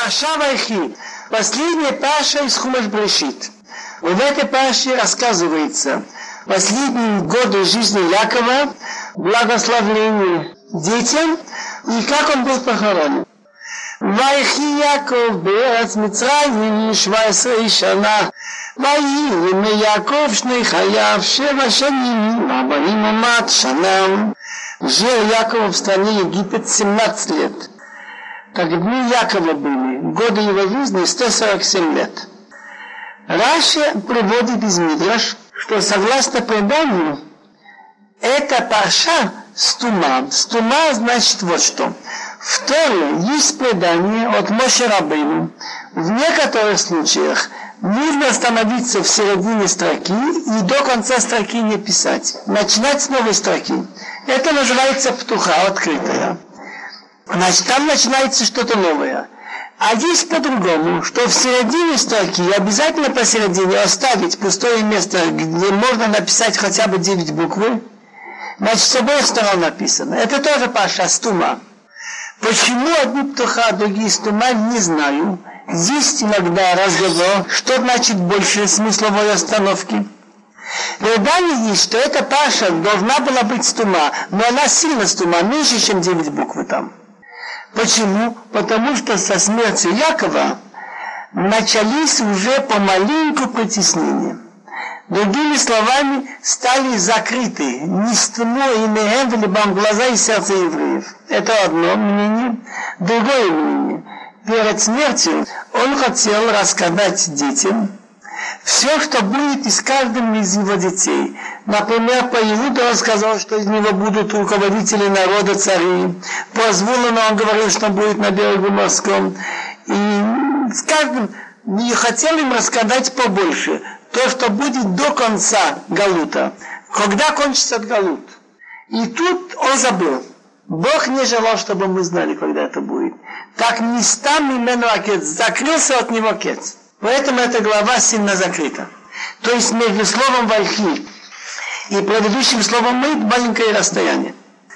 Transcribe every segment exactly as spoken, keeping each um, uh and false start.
Парша Вайхи. Последняя парша из Хумаш Брешит. В этой парше рассказывается последние годы жизни Якова, благословление детям и как он был похоронен. Вайхи Яков беэрец Мицраим שבע-עשרה שנה. ויהי ימי יעקב שני חייו שבע שנים ארבעים ומאת שנה. Жил Яков в стране Египет семнадцать лет. Так дни Якова были, годы его жизни сто сорок семь лет. Раши приводит из Мидраш, что согласно преданию, это парша стума. Стума значит вот что. В Торе есть предание от Моше Рабейну. В некоторых случаях нужно остановиться в середине строки и до конца строки не писать. Начинать с новой строки. Это называется птуха, открытая. Значит, там начинается что-то новое. А есть по-другому, что в середине строки обязательно посередине оставить пустое место, где можно написать хотя бы девять букв. Значит, с обоих сторон написано. Это тоже парша стума. Почему одни птуха, а другие стума, не знаю. Есть иногда разговор, что значит больше смысловой остановки. Предание есть, что эта парша должна была быть стума, но она сильно стума, меньше, чем девять букв там. Почему? Потому что со смертью Якова начались уже помаленьку притеснения. Другими словами, стали закрыты нестмо и нехем в либам глаза и сердце евреев. Это одно мнение. Другое мнение. Перед смертью он хотел рассказать детям все, что будет и с каждым из его детей. Например, по Иуду он сказал, что из него будут руководители народа, цари. По Звулуну он говорил, что он будет на берегу морском. И с каждым не хотел им рассказать побольше. То, что будет до конца Галута. Когда кончится Галут. И тут он забыл. Бог не желал, чтобы мы знали, когда это будет. Так не стам имену акец. Закрылся от него кец. Поэтому эта глава сильно закрыта. То есть между словом «вайхи» и предыдущим словом «мыть» маленькое расстояние.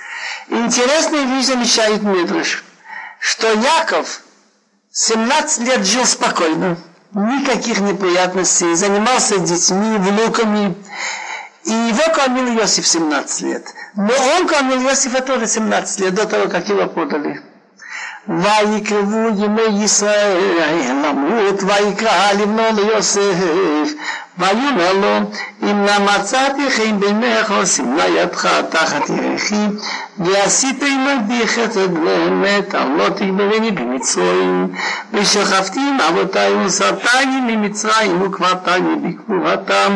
Интересная вещь замечает Мидраш, что Яков семнадцать лет жил спокойно, никаких неприятностей, занимался детьми, внуками, и его кормил Иосиф семнадцать лет. Но он кормил Иосифа тоже семнадцать лет, до того, как его продали. ויקרבו ימי ישראל למות ויקרא לבנו ליוסף ויאמר לו אם נא מצאתי חן בעיניך סימנה ידך תחת ירכי ועשית עמדי חסד ואמת אל לא תגברני במצרים ושכבתי עם אבותי וסרתני ממצרים וקברתני בקבורתם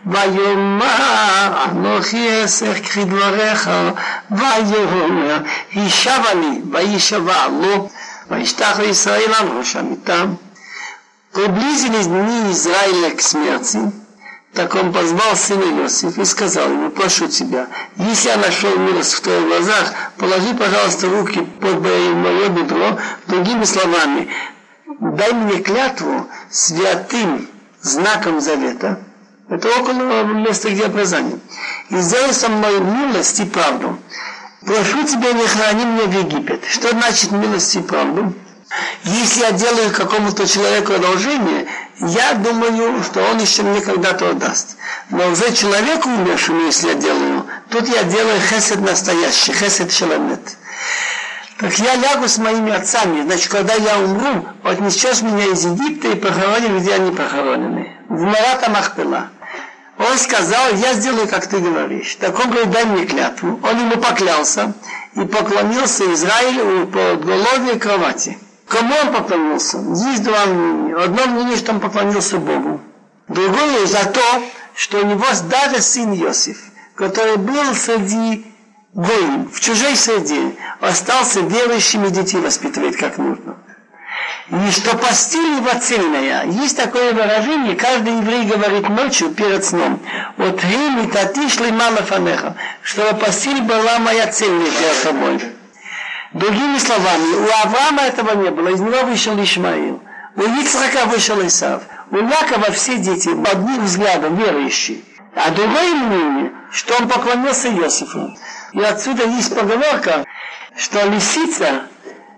ויאמר אנוכי אסך קחי דבריך ויאמר הישבה לי וישבע לו וישתח לישראל על ראש המיטה. Приблизились дни Израиля к смерти, так он позвал сына Иосифа и сказал ему: прошу тебя, если я нашел милость в твоих глазах, положи, пожалуйста, руки под мое бедро, другими словами, дай мне клятву святым знаком завета, это около места, где я прозанят, и сделай со мной милость и правду. Прошу тебя, не храни меня в Египет. Что значит милость и правду? Если я делаю какому-то человеку одолжение, я думаю, что он еще мне когда-то отдаст. Но уже человеку умершему, если я делаю, тут я делаю хесед настоящий, хесед шеламет. Так я лягу с моими отцами, значит, когда я умру, отнесешь меня из Египта и похоронишь, где они похоронены. В Марата Махпела. Он сказал: я сделаю, как ты говоришь. Так он говорит: дай мне клятву. Он ему поклялся и поклонился Израилю под голове кровати. Кому он поклонился? Есть два мнения. Одно мнение, что он поклонился Богу. Другое за то, что у него даже сын Иосиф, который был среди гоим, в чужой среде, остался верующими, детей воспитывает как нужно. И что постель его цельная. Есть такое выражение, каждый еврей говорит ночью перед сном: от рими татишли малафанеха, чтобы постель была моя цельная перед тобой. Другими словами, у Авраама этого не было, из него вышел Ишмаил, у Ицхака вышел Исав, у Якова все дети одним взглядом верующие. А другое мнение, что он поклонился Иосифу. И отсюда есть поговорка, что лисица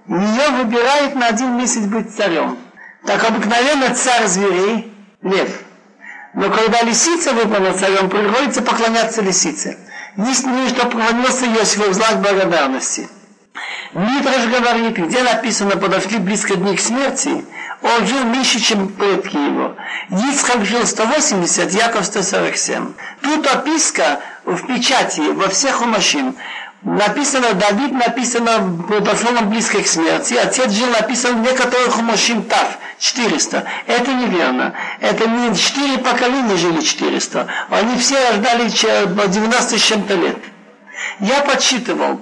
ее выбирает на один месяц быть царем. Так обыкновенно царь зверей – лев. Но когда лисица выбрана царем, приходится поклоняться лисице. Есть мнение, что поклонился Иосифу в знак благодарности. Мидраш говорит, где написано, подошли близко дни к смерти, он жил меньше, чем предки его. Ицхак жил сто восемьдесят, Яков сто сорок семь. Тут описка в печати, во всех хумашим. Написано, Давид написано, подошел он близко к смерти. Отец жил, написано в некоторых хумашим Тав, четыреста. Это неверно. Это не четыре поколения жили четыреста. Они все рождали девяносто с чем-то лет. Я подсчитывал,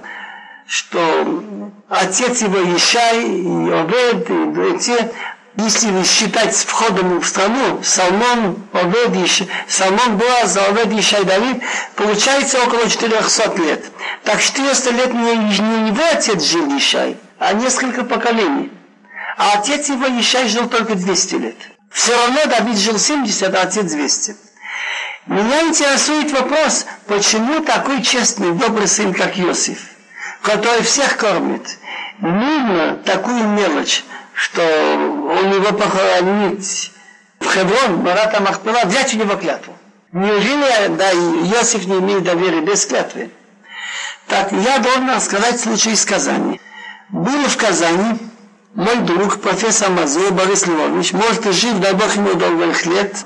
что отец его Ишай, и Овед, и те, если считать с входом в страну, Салмон, Овед, Ишай, Салмон, Боаз, Овед, Ишай, Давид, получается около четырехсот лет. Так четыреста лет не, не его отец жил Ишай, а несколько поколений. А отец его Ишай жил только двести лет. Все равно Давид жил семьдесят, а отец двести. Меня интересует вопрос, почему такой честный, добрый сын, как Иосиф, который всех кормит, нужно такую мелочь, что он его похоронит в Хеврон, Марата Махпела, взять у него клятву. Неужели, да, Иосиф не имеет доверия без клятвы? Так, я должен рассказать случай из Казани. Был в Казани мой друг, профессор Мазур Борис Львович, может и жив, дай Бог ему долгих лет.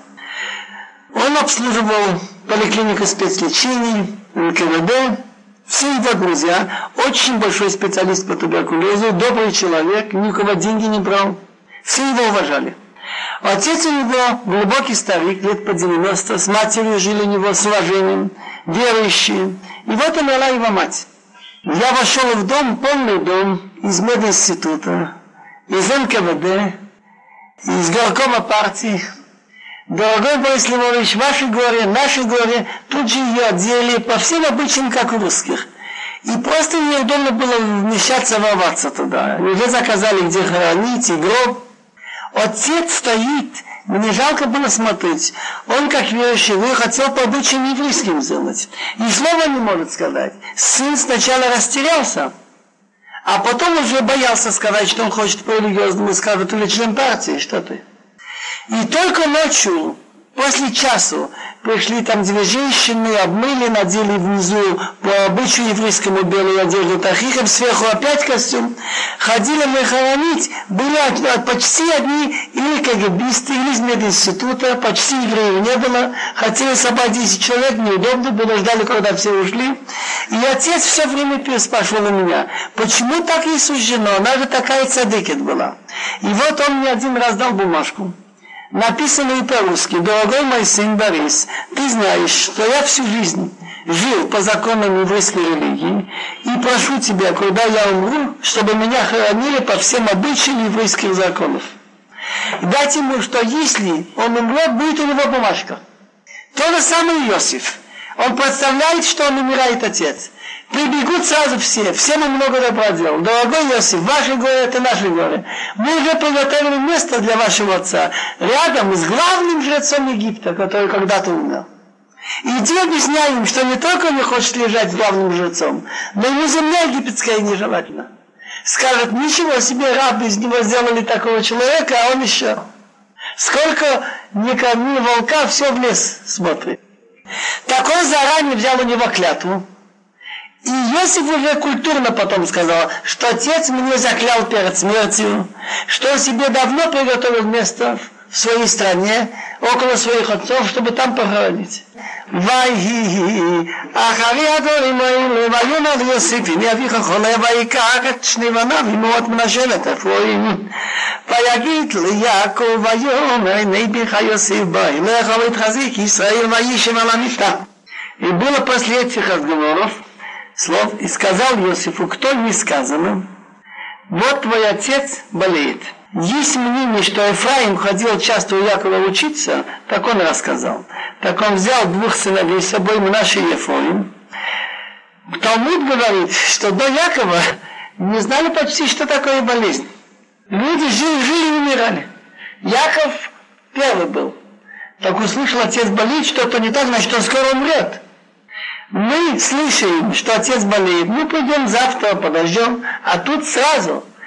Он обслуживал поликлинику спецлечений, эн ка вэ дэ. Все его друзья, очень большой специалист по туберкулезу, добрый человек, никого деньги не брал. Все его уважали. Отец у него глубокий старик, лет по девяносто, с матерью жили у него с уважением, верующие. И вот умерла его мать. Я вошел в дом, полный дом, из мединститута, из эн ка вэ дэ, из горкома партии. Дорогой Борис Львович, ваше горе, наше горе, тут же ее одели по всем обычаям, как у русских. И просто неудобно было вмещаться, ворваться туда. Уже заказали, где хоронить, и гроб. Отец стоит, мне жалко было смотреть. Он, как верующий, вы хотел по обычаям еврейским сделать. И слова не может сказать. Сын сначала растерялся, а потом уже боялся сказать, что он хочет по-религиозному, скажут, или член партии, что ты. И только ночью, после часу, пришли там две женщины, обмыли, надели внизу по обычаю еврейскому белую одежду тахихом, сверху опять костюм. Ходили мы хоронить, были почти одни или КГБисты, или из мединститута, почти евреев не было. Хотели собрать десять человек, неудобно было, ждали, когда все ушли. И отец все время переспрашивал у меня, почему так ей суждено, она же такая цадыкет была. И вот он мне один раз дал бумажку. Написано и по-русски: дорогой мой сын Борис, ты знаешь, что я всю жизнь жил по законам еврейской религии, и прошу тебя, когда я умру, чтобы меня хоронили по всем обычаям еврейских законов. И дать ему, что если он умрет, будет у него бумажка. То же самое Иосиф. Он представляет, что он умирает отец. Прибегут сразу все, всем он много добра делал. Дорогой Иосиф, ваше горе это наше горе. Мы уже приготовили место для вашего отца, рядом с главным жрецом Египта, который когда-то умер. Иди объясняй им, что не только он не хочет лежать с главным жрецом, но ему земля египетская нежелательна. Скажет, ничего себе, рабы из него сделали такого человека, а он еще. Сколько не корми волка, все в лес смотрит. Так он заранее взял у него клятву. И Иосиф уже культурно потом сказал, что отец мне заклял перед смертью, что он себе давно приготовил место в своей стране, около своих отцов, чтобы там похоронить. ויהי אחרי הדברים האלה ויאמר ליוסף הנה אביך חולה ויקח את שני בניו עמו את מנשה ואת אפרים ויגיד ליעקב ויאמר הנה בך יוסף בא אליך ויתחזק ישראל וישב על המפתח. И было после этих разговоров слов, и сказал Иосифу, кто не сказано, вот твой отец болеет. Есть мнение, что Ефраим ходил часто у Якова учиться, так он рассказал. Так он взял двух сыновей с собой, Менаше и Ефраим. Талмуд говорит, что до Якова не знали почти, что такое болезнь. Люди жили, жили и умирали. Яков первый был. Так услышал, отец болеет, что-то не так, значит, он скоро умрет. Мы слышим, что отец болеет, мы пойдем завтра, подождем, а тут сразу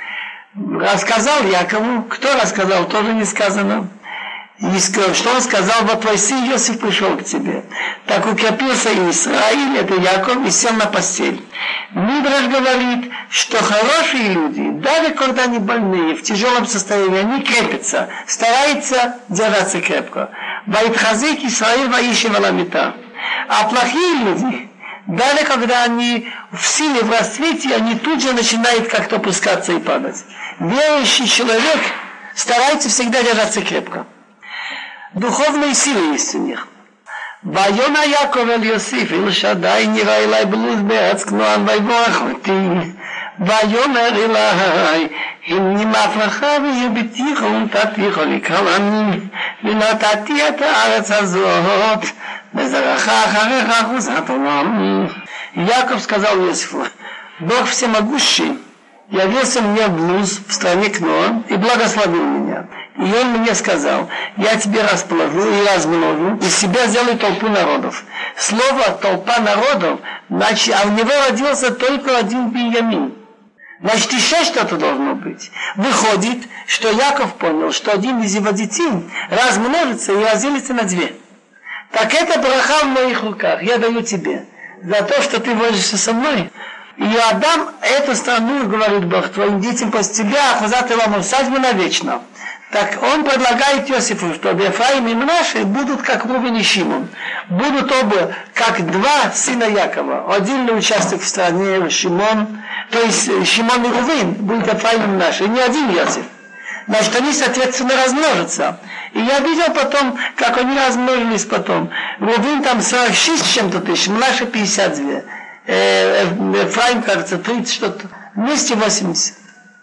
рассказал Якову, кто рассказал, тоже не сказано. И что он сказал, вот твой сын Иосиф пришел к тебе. Так укрепился Израиль, это Яков, и сел на постель. Мидраш говорит, что хорошие люди, даже когда они больные, в тяжелом состоянии, они крепятся, стараются держаться крепко. Ваитхазик Исраиль ваиши валамита. А плохие люди, даже когда они в силе, в расцвете, они тут же начинают как-то опускаться и падать. Верующий человек старается всегда держаться крепко. Духовные силы есть у них. Вайона Яков эль Йосиф, ил шадай нира илай блуз беац кнуан вайворах אותי. ויאמר אלי, הנה מהפכה ויביתיך ונתתיך לקרני, ונתתי את הארץ הזאת, וזרעך אחריך אחוזת עולם. Яков сказал Иосифу, Бог всемогущий явился мне в Луз, в стране Кноан, и благословил меня. И он мне сказал, я тебе расположу и размножу, из себя сделаю толпу народов. Слово толпа народов, значит, а у него родился только один Беньямин. Значит, еще что-то должно быть. Выходит, что Яков понял, что один из его детей размножится и разделится на две. Так это браха в моих руках, я даю тебе. За то, что ты возишься со мной. И я отдам эту страну, говорит Бог, твоим детям после тебя, ахвазат илам, усадьбу навечно. Так он предлагает Иосифу, что Ефраим и Мнаше будут как Рувен и Шимон. Будут оба как два сына Якова. Отдельный участок в стране Шимон, то есть Шимон и Рувен будет Ефраим и Мнаше, и не один Иосиф. Значит, они, соответственно, размножатся. И я видел потом, как они размножились потом. Рувен там сорок шесть с чем-то тысяч, Мнаше пятьдесят два. Ефраим, кажется, тридцать что-то. Вместе восемьдесят.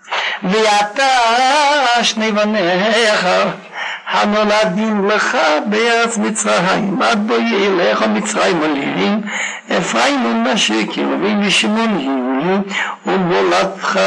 ואתה שני בניך הנולדים לך בארץ מצרים עד בוא ילך מצרים עולים אפרים ומנשה קרובים ושמעון יהיו ומולדתך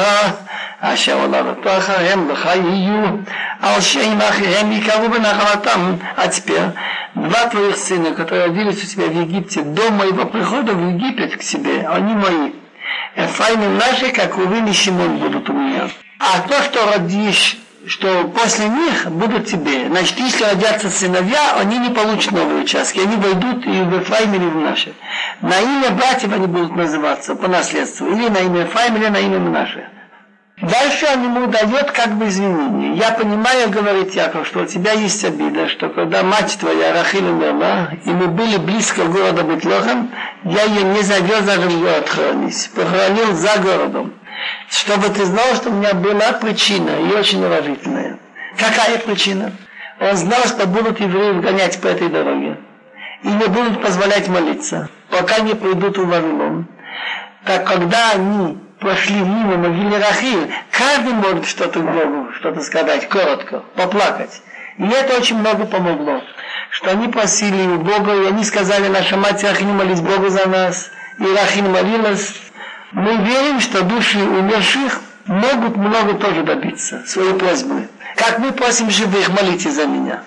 אשר הולדתו אחריהם לך יהיו על שם אחריהם יקראו בנחלתם. А теперь два твоих сына, которые родились у тебя в Египте до моего прихода в Египет к тебе, они мои. Ефраим и Мнаше, как Рувен и Шимон будут у меня. А то, что родишь, что после них будут тебе. Значит, если родятся сыновья, они не получат новые участки. Они войдут и в Ефраим или в Мнаше. На имя братьев они будут называться по наследству. Или на имя Ефраим, или на имя Мнаше. Дальше он ему дает как бы извинение. Я понимаю, говорит Яков, что у тебя есть обида, что когда мать твоя Рахиль умерла, и мы были близко к городу Бетлехем, я ее не завез даже в город хоронить. Похоронил за городом. Чтобы ты знал, что у меня была причина, и очень уважительная. Какая причина? Он знал, что будут евреев гонять по этой дороге. И не будут позволять молиться, пока не придут в Вавилон. Так когда они прошли мимо могилы Рахиль, каждый может что-то к Богу, что-то сказать, коротко, поплакать. И это очень много помогло. Что они просили у Бога, и они сказали, наша мать Рахиль молись Богу за нас, и Рахиль молилась. Мы верим, что души умерших могут много тоже добиться, своей просьбы. Как мы просим живых, молите за меня.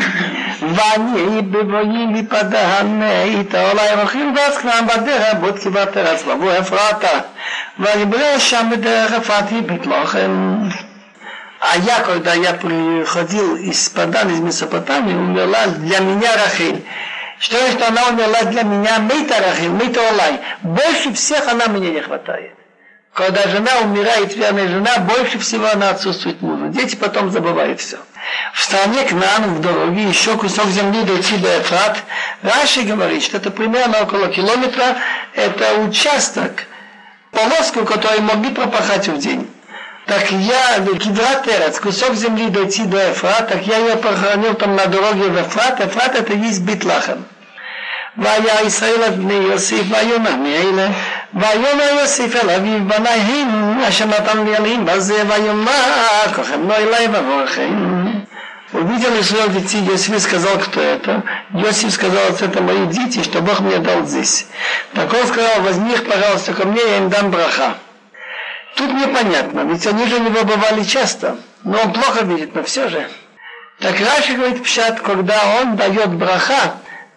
ואני בבואי לפדהנה איתה אולי רחיל ועצכנם בדרך בוד כבת ארץ ובוא אפרתה ויברא שם בדרך אפרתי בית לחם. А я, когда я приходил из Падан, из Месопотамии, умерла для меня Рахиль. Что есть, что она умерла для меня Мейта Рахиль, Мейта Олай. Больше всех она мне не хватает. Когда жена умирает, верная жена, больше всего она отсутствует мужу. Дети потом забывают все. В стране Кнаан, в дороге, еще кусок земли дойти до Эфрат. Раши говорит, что это примерно около километра. Это участок, полоску, которую могли пропахать в день. Так я, Кидрат Эрец, кусок земли дойти до Эфрат, так я ее похоронил там на дороге в Эфрат. Эфрат это есть Бит-Лахем. והיה ישראל את בני יוסיף ויאמר מאלה ויאמר יוסיף אל אביו בניהם אשר נתן לי עליהם בזה ויאמר כוכם נו אלי וברכם. Увидел Исраил детей, Йосиф сказал, кто это. Йосиф сказал, это мои дети, что Бог мне дал здесь. Так он сказал, возьми их, пожалуйста, ко мне, я им дам браха. Тут непонятно, ведь они же у него бывали часто, но он плохо видит, но все же. Так Раши говорит, пшат, когда он дает браха,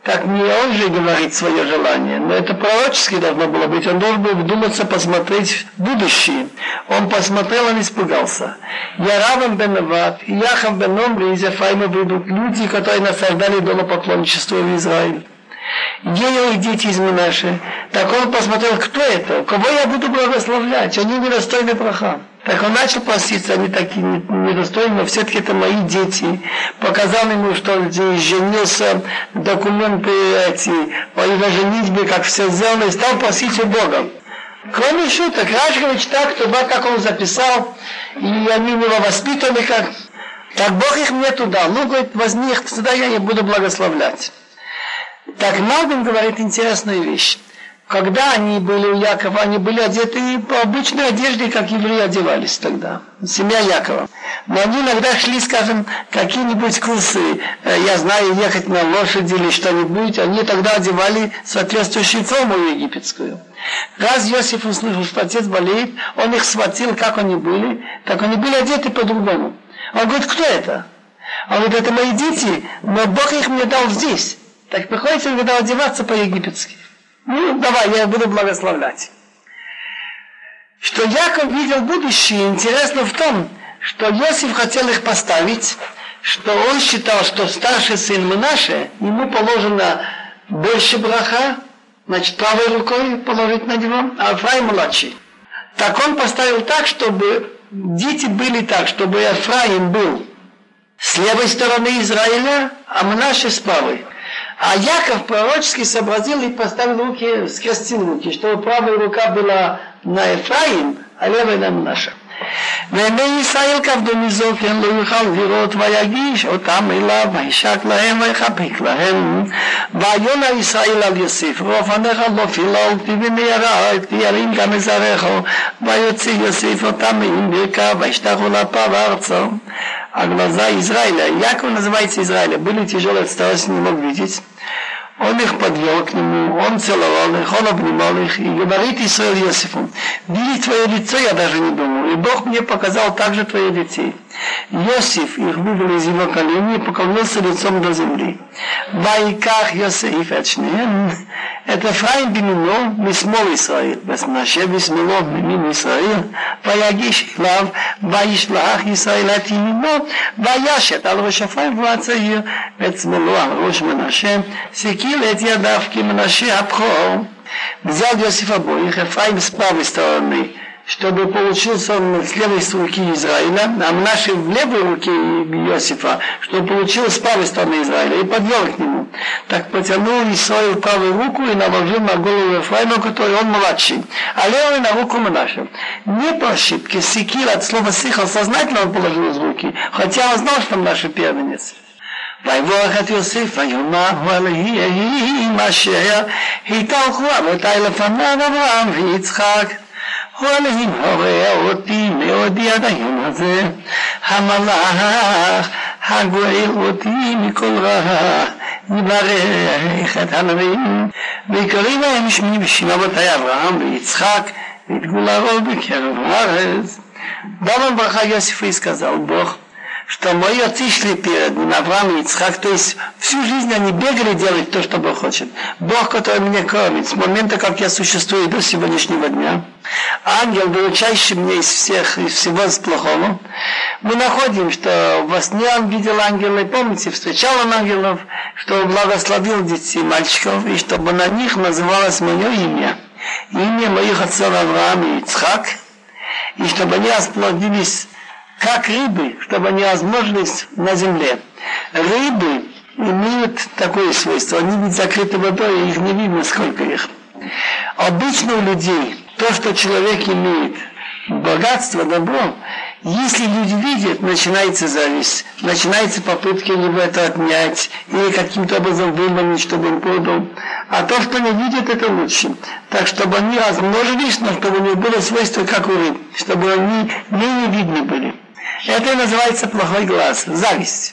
Так не он же говорит свое желание, но это пророчески должно было быть. Он должен был вдуматься, посмотреть в будущее. Он посмотрел, он испугался. Яравам бен Нават, Яхав бен Омри из Ефраима выйдут люди, которые насаждали идолопоклонничество в Израиль. Ею и дети из Менаше. Так он посмотрел, кто это, кого я буду благословлять, они недостойны браха. Так он начал проситься, они такие недостойны, но все-таки это мои дети. Показал ему, что он женился, документы эти, по его женитьбе, как все сделано, и стал просить у Бога. Кроме шуток, Раш говорит так, то как он записал, и они его воспитаны как. Так Бог их мне туда, ну, говорит, возьми их сюда, я их буду благословлять. Так Малбим говорит интересную вещь. Когда они были у Якова, они были одеты по обычной одежде, как евреи одевались тогда. Семья Якова. Но они иногда шли, скажем, какие-нибудь курсы, я знаю, ехать на лошади или что-нибудь, они тогда одевали соответствующую форму египетскую. Раз Иосиф услышал, что отец болеет, он их схватил, как они были, так они были одеты по-другому. Он говорит, кто это? Он говорит, это мои дети, но Бог их мне дал здесь. Так приходится иногда одеваться по-египетски. Ну, давай, я буду благословлять. Что Яков видел будущее, интересно в том, что Иосиф хотел их поставить, что он считал, что старший сын Менаше, ему положено больше браха, значит, правой рукой положить на него, а Ефраим младший. Так он поставил так, чтобы дети были так, чтобы Ефраим был с левой стороны Израиля, а Менаше с правой. А Яков пророчески сообразил и поставил руки, скрестил руки, чтобы правая рука была на Ефраим, а левая на Менаше. ובני ישראל כבדו מזוקן לא יוכל לראות ויגיש אותם אליו וישק להם ויחבק להם ויונה ישראל על יוסף ואופניך לא פיללתי ומיירדתי ירים גם מזרעך ויוציא יוסף אותם עם ברכה וישתחו לפיו ארצו. А глаза Израиля, Яков называется Израиля, были тяжелые от старости, не мог видеть. Он их подвел к нему, он целовал их, он обнимал их, и говорит Исраиль Иосифу, видеть твое лицо я даже не думал, и Бог мне показал также твоих детей. Иосиф их вывел из его колени и поклонился лицом до земли. Вайках Йосеф эчнеем, это Ефраим бимино, мисмол Исраил, Менаше бисмило, мимин Исраил, ваягиш илав, ваишлах Исраил את ימינו, וישת על ראש אפרים והוא הצעיר, ואת שמאלו על ראש מנשה, סיקיל את ידיו כמנשה הבכור. Взял Иосиф обоих, Ефраим с правой стороны, чтобы получился он с левой руки Израиля, а Менаше в левой руке Иосифа, чтобы получилось с правой стороны Израиля, и подвел к нему. Так потянул Исраиль правую руку и наложил на голову Ефраима, который он младший, а левый на руку Менаше. Не по ошибке, секир от слова сихал сознательно он положил из руки, хотя он знал, что Менаше первенец. ויברך את יוסף ויאמר אלוהים אשר התהלכו אבותיי לפניו אברהם ויצחק אלוהים הורע אותי מעודי עד היום הזה המלאך הגואל אותי מכל רע יברך את הנביאים ויקרא להם שמי בשם אבותיי אברהם ויצחק ויתגולרו בקרב הארץ. дал он браха Иосифу и сказал Бог, что мои отцы шли перед ним, Авраам и Ицхак, то есть всю жизнь они бегали делать то, что Бог хочет. Бог, который меня кормит, с момента, как я существую до сегодняшнего дня. Ангел, выручающий меня из всех, из всего плохого. Мы находим, что во сне он видел ангела, и помните, встречал он ангелов, что благословил детей мальчиков, и чтобы на них называлось мое имя, имя моих отцов Авраам и Ицхак, и чтобы они расплодились как рыбы, чтобы они размножились на земле. Рыбы имеют такое свойство, они ведь закрыты водой, и их не видно, сколько их. Обычно у людей то, что человек имеет, богатство, добро, если люди видят, начинается зависть, начинаются попытки у него это отнять или каким-то образом выманить, чтобы он продал. А то, что они видят, это лучше. Так, чтобы они размножились, но чтобы у них было свойство, как у рыб, чтобы они менее видны были. Это и называется плохой глаз, зависть.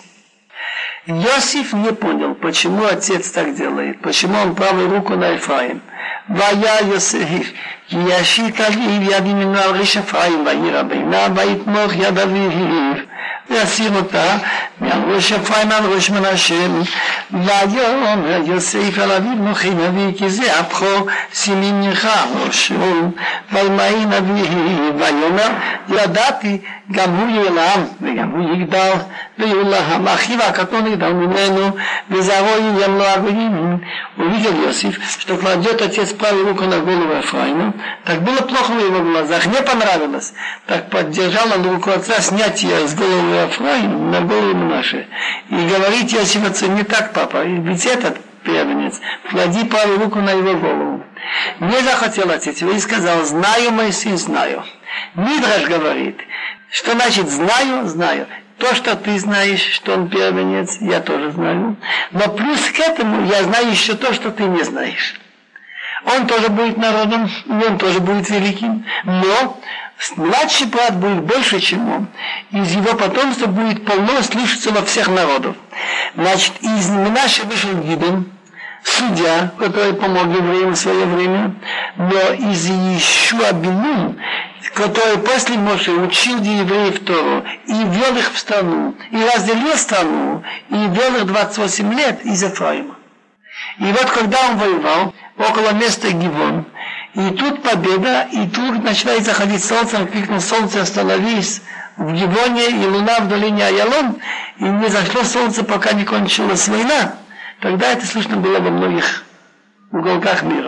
Иосиф не понял, почему отец так делает, почему он правую руку на Ефраим. והיה יוסף כי ישית אביו יד ימינו על ראש אפרים ויירא בעיניו ויתמוך יד אביו ויסיר אותה מעל ראש אפרים על ראש מנשה ויאמר יוסף אל אביו נוחי נביא כי זה הבכור שימי ממך ראשו וימאן אביו ויאמר ידעתי גם הוא יהיה לעם וגם הוא יגדל ויהיו לעם אחיו הקטון יגדל ממנו וזרעו יהיה לו הגויים. Увидел Иосиф, что кладет отец правую руку на голову Ефраима, так было плохо в его глазах, не понравилось. Так поддержал он руку отца снять ее с головы Ефраима на голову Манаше. И говорит Иосиф отцу: не так, папа, ведь этот первенец, клади правую руку на его голову. Не захотел отец его и сказал: знаю, мой сын, знаю. Мидраш говорит, что значит знаю, знаю. То, что ты знаешь, что он первенец, я тоже знаю. Но плюс к этому я знаю еще то, что ты не знаешь. Он тоже будет народом, и он тоже будет великим. Но младший брат будет больше, чем он. Из его потомства будет полно слышаться во всех народах. Значит, из Менаше вышел Гидон, судья, который помог евреям в свое время. Но из Иешуа бен Нун, который после Моше учил евреев Тору и вел их в страну, и разделил страну, и вел их двадцать восемь лет из Ефраима. И вот когда он воевал около места Гивон, и тут победа, и тут начинает заходить солнце, он крикнул: солнце, остановись! В Гивоне и луна в долине Аялон, и не зашло солнце, пока не кончилась война. Тогда это слышно было во многих уголках мира.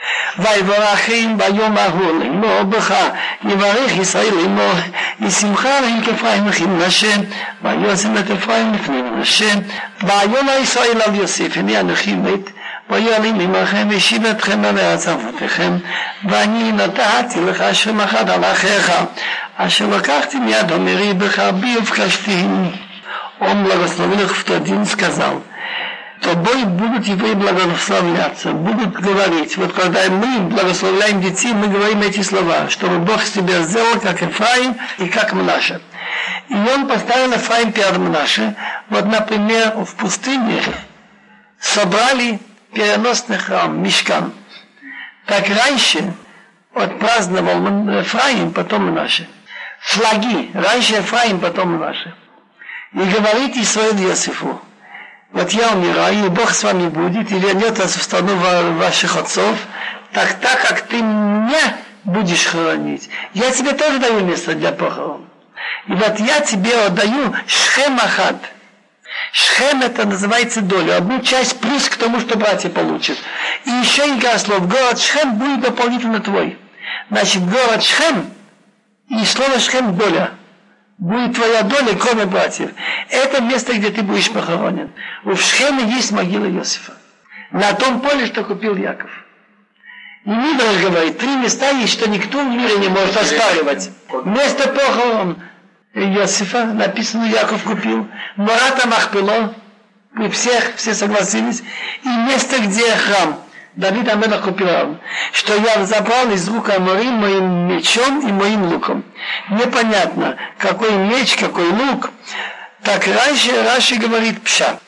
ויברכם ביום ההוא לאמור בך יברך ישראל לאמור ישמחה עליהם כאפרים וכי מנשה וישם את אפרים לפני מנשה ויאמר ישראל על יוסף הנה אנוכי מת ויעלים עמכם והשיב אתכם על ארץ אבותיכם ואני נתתי לך שם אחד על אחיך אשר לקחתי מיד המרי בך בי ובקשתיהם. Он, благословил их в тот день, сказал: тобой будут евреи благословляться, будут говорить. Вот когда мы благословляем детей, мы говорим эти слова, чтобы Бог с тебя сделал, как Ефраим и как Менаше. И он поставил Ефраим перед Менаше. Вот, например, в пустыне собрали переносный храм, мишкан. Так раньше отпраздновал Ефраим, потом Менаше. Флаги. Раньше Ефраим, потом Менаше. И говорит Исраиль Иосифу: вот я умираю, и Бог с вами будет, и вернет вас в страну ваших отцов, так так, как ты меня будешь хоронить, я тебе тоже даю место для похорон. И вот я тебе отдаю Шхем Ахад. Шхем — это называется долю, одну часть плюс к тому, что братья получат. И еще игра слов: город Шхем будет дополнительно твой. Значит, город Шхем и слово Шхем — доля. Будет твоя доля, кроме братьев. Это место, где ты будешь похоронен. У Шхеме есть могила Иосифа. На том поле, что купил Яков. И Мидраш говорит, три места есть, что никто в мире не может оспаривать. Место похорон Иосифа, написано, Яков купил. Мората Махпело, мы всех, все согласились. И место, где храм. Давид Амелах купил, что я забрал из рук Аморим моим мечом и моим луком. Непонятно, какой меч, какой лук. Так раньше Раши говорит пшат.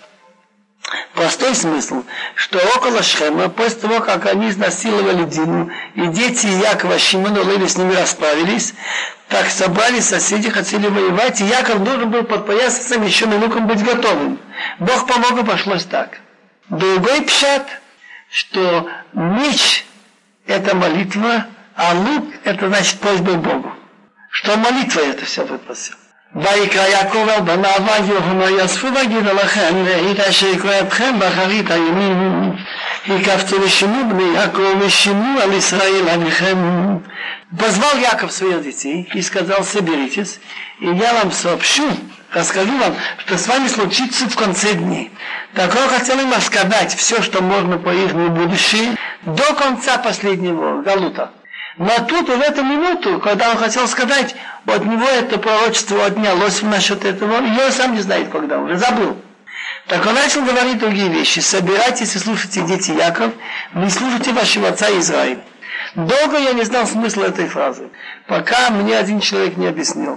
Простой смысл, что около Шхема, после того, как они изнасиловали Дину, и дети Якова, Шимон и Леви с ними расправились, так собрались соседи, хотели воевать, и Яков должен был подпоясаться мечом и луком быть готовым. Бог помог, и пошлось так. Другой пшат, что меч – это молитва, а лук – это значит просьба к Богу. Что молитва это все выпросил. ויקרא יעקב אל בניו ויאמר יאספו ויגיד לכם ואת אשר יקרא אתכם באחרית הימים הקפצו ושמעו בני יעקב ושמעו על ישראל עליכם. Позвал Яков своих детей и сказал: соберитесь, и я вам сообщу, расскажу вам, что с вами случится в конце дней. Так он хотел им рассказать все, что можно по их будущее, до конца последнего галута. Но тут, в эту минуту, когда он хотел сказать, от него это пророчество отнялось насчет этого, и он сам не знает, когда, уже забыл. Так он начал говорить другие вещи. Собирайтесь и слушайте, дети Яков, вы слушайте вашего отца Израиль. Долго я не знал смысла этой фразы, пока мне один человек не объяснил,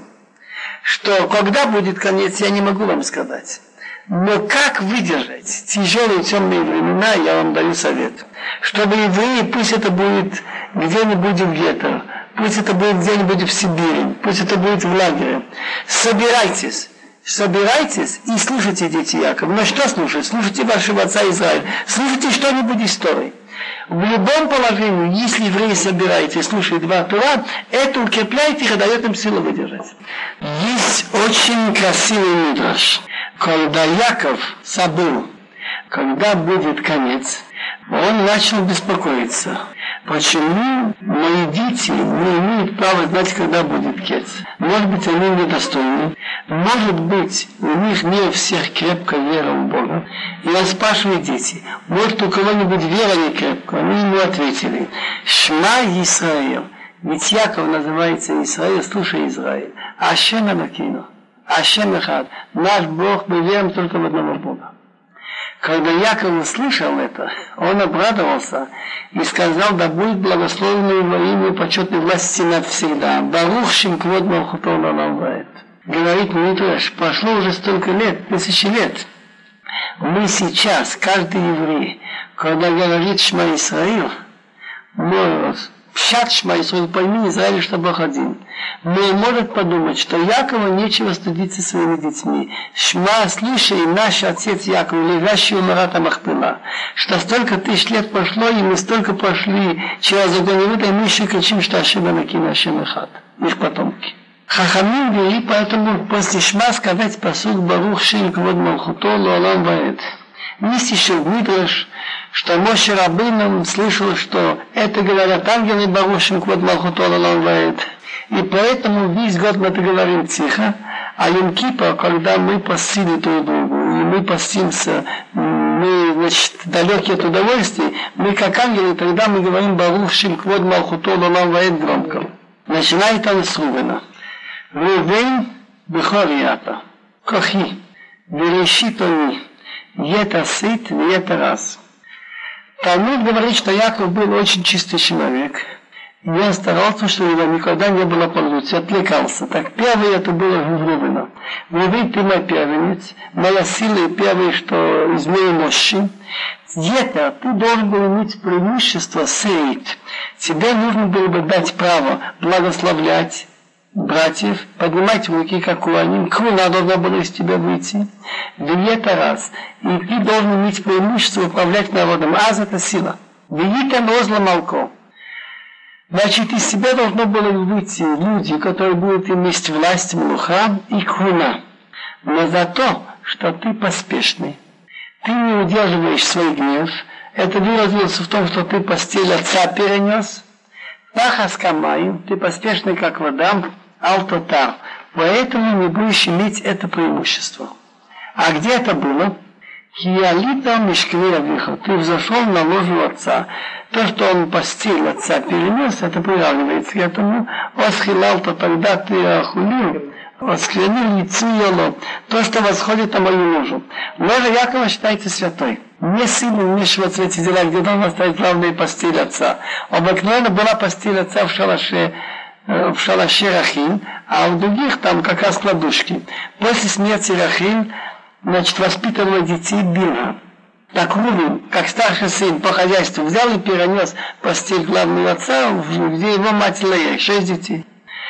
что когда будет конец, я не могу вам сказать. Но как выдержать тяжелые темные времена, я вам даю совет. Чтобы евреи, пусть это будет где-нибудь в гетто, пусть это будет где-нибудь в Сибири, пусть это будет в лагере. Собирайтесь, собирайтесь и слушайте, дети Якова. Но что слушать? Слушайте вашего отца Израиля. Слушайте что-нибудь истории. В любом положении, если евреи собираются и слушают два Тора, это укрепляет их и дает им силу выдержать. Есть очень красивый мидраш. Когда Яков забыл, когда будет конец, он начал беспокоиться. Почему мои дети не имеют права знать, когда будет конец? Может быть, они недостойны. Может быть, у них не у всех крепкая вера в Бога. И он спрашивает дети, может, у кого-нибудь вера не крепкая? Они ему ответили, Шма Исраил. Ведь Яков называется Исраил, слушай Израиль. Ашем Элокейну, Ашем Эхад. Наш Бог, мы верим только в одного Бога. Когда Яков услышал это, он обрадовался и сказал, да будет благословенное во имя почетной власти навсегда. Барух шем квод малхуто лалам ваэд. Говорит Мидраш, прошло уже столько лет, тысячи лет. Мы сейчас, каждый еврей, когда говорит Шма Исраил, мы пшат Шма Исраил, пойми Израиль, что Бог один. Мы может подумать, что Якову нечего стыдиться своими детьми. Шма, слушай, наш отец Яков, лежащий у Марата Махпила, что столько тысяч лет прошло, и мы столько прошли через огонь, и мы еще кричим, что Ашем Элокейну, Ашем Эхад, их потомки. Хахамим вели, поэтому после Шма сказать пасук Барух шем квод малхуто лалам ваэд. Есть еще Мидраш, что Моше Рабейну слышал, что это говорят ангелы Барух шем квод малхуто лалам ваэд. И поэтому весь год мы это говорим тихо, а Йом-Кипр, когда мы постили друг другу, и мы постимся, мы, значит, далекие от удовольствий, мы как ангелы, тогда мы говорим Барух шем квод малхуто лалам ваэд громко. Начинает он с Рувена. Рувен бехор ята, кохи, верещит они, ета сыт, ета раз. Талмуд говорит, что Яков был очень чистый человек, и он старался, чтобы его никогда не было получше, отвлекался. Так первый это было Рувена. Рувен, ты мой первенец, моя сила и первый, что из моей мощи. Ета, ты должен был иметь преимущество сеять. Тебе нужно было бы дать право благословлять братьев, поднимать руки, как у они, круна должна была из тебя выйти. Это раз. И ты должен иметь преимущество управлять народом. Аз это сила. Великая розла молко. Значит, из тебя должно было выйти люди, которые будут иметь власть, млуха и круна. Но за то, что ты поспешный, ты не удерживаешь свой гнев, это выразилось в том, что ты постель отца перенес, тахаскамай, ты поспешный, как вода, алтотар. Поэтому не будешь иметь это преимущество. А где это было? Киалита мишкви авиха. Ты взошел на ложу отца. То, что он постель отца перенес, это приравнивается к этому. Осхилалта, тогда ты охулил, осквернил лицу ело. То, что восходит на мою ложу. Ложа Якова считается святой. Не сын вмешиваться в эти дела, где должна стоять главная постель отца. Обыкновенно была постель отца в шалаше, в шалаше Рахиль, а у других там как раз кладушки. После смерти Рахиль, значит, воспитывала детей Бильга. Так Рувен, как старший сын по хозяйству, взял и перенес постель главного отца, где его мать Лея, шесть детей.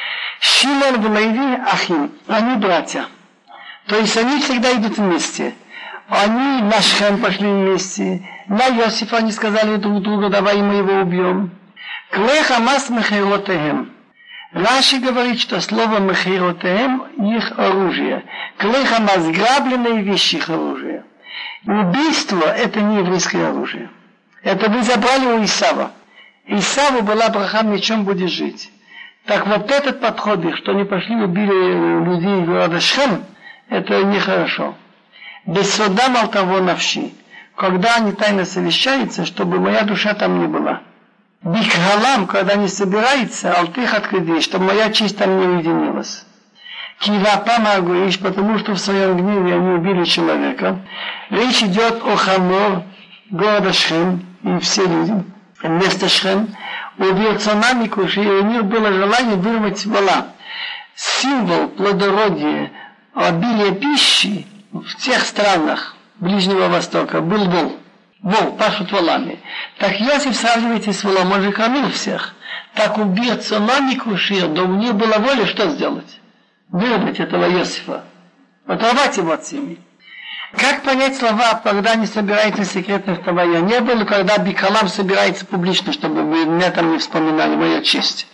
Шимон в Леви Ахим, они братья. То есть они всегда идут вместе. Они на Шхем пошли вместе, на Йосифа они сказали друг другу, давай мы его убьем. Клех Амас Мехиротехем. Раши говорит, что слово Мехиротехем их оружие. Клех Амас грабленные вещи их оружие. Убийство это не еврейское оружие. Это вы забрали у Исава. Исаву была браха, мечом будешь жить. Так вот этот подход их, что они пошли убили людей города Шхем, это нехорошо. Без суда мал того навши, когда они тайно совещаются, чтобы моя душа там не была. Бикхалам, когда они собираются, алтых открыли, чтобы моя честь там не уединилась. Кивапа магуиш, потому что в своем гневе они убили человека. Речь идет о Хамор, города Шхем, и все люди, место Шхем. Убил цунами куши, и у них было желание вырвать вола. Символ плодородия, обилия пищи в тех странах Ближнего Востока был вол. Вол, пашут волами. Так Иосиф сравнивайте с волом, он же кормил всех. Так убил цунами куши, да у них была воля что сделать? Вырвать этого Иосифа. оторвать его от семьи. Как понять слова, когда не собирается секретно вдвоя? Не было, когда Бикалам собирается публично, чтобы вы меня там не вспоминали, моя честь.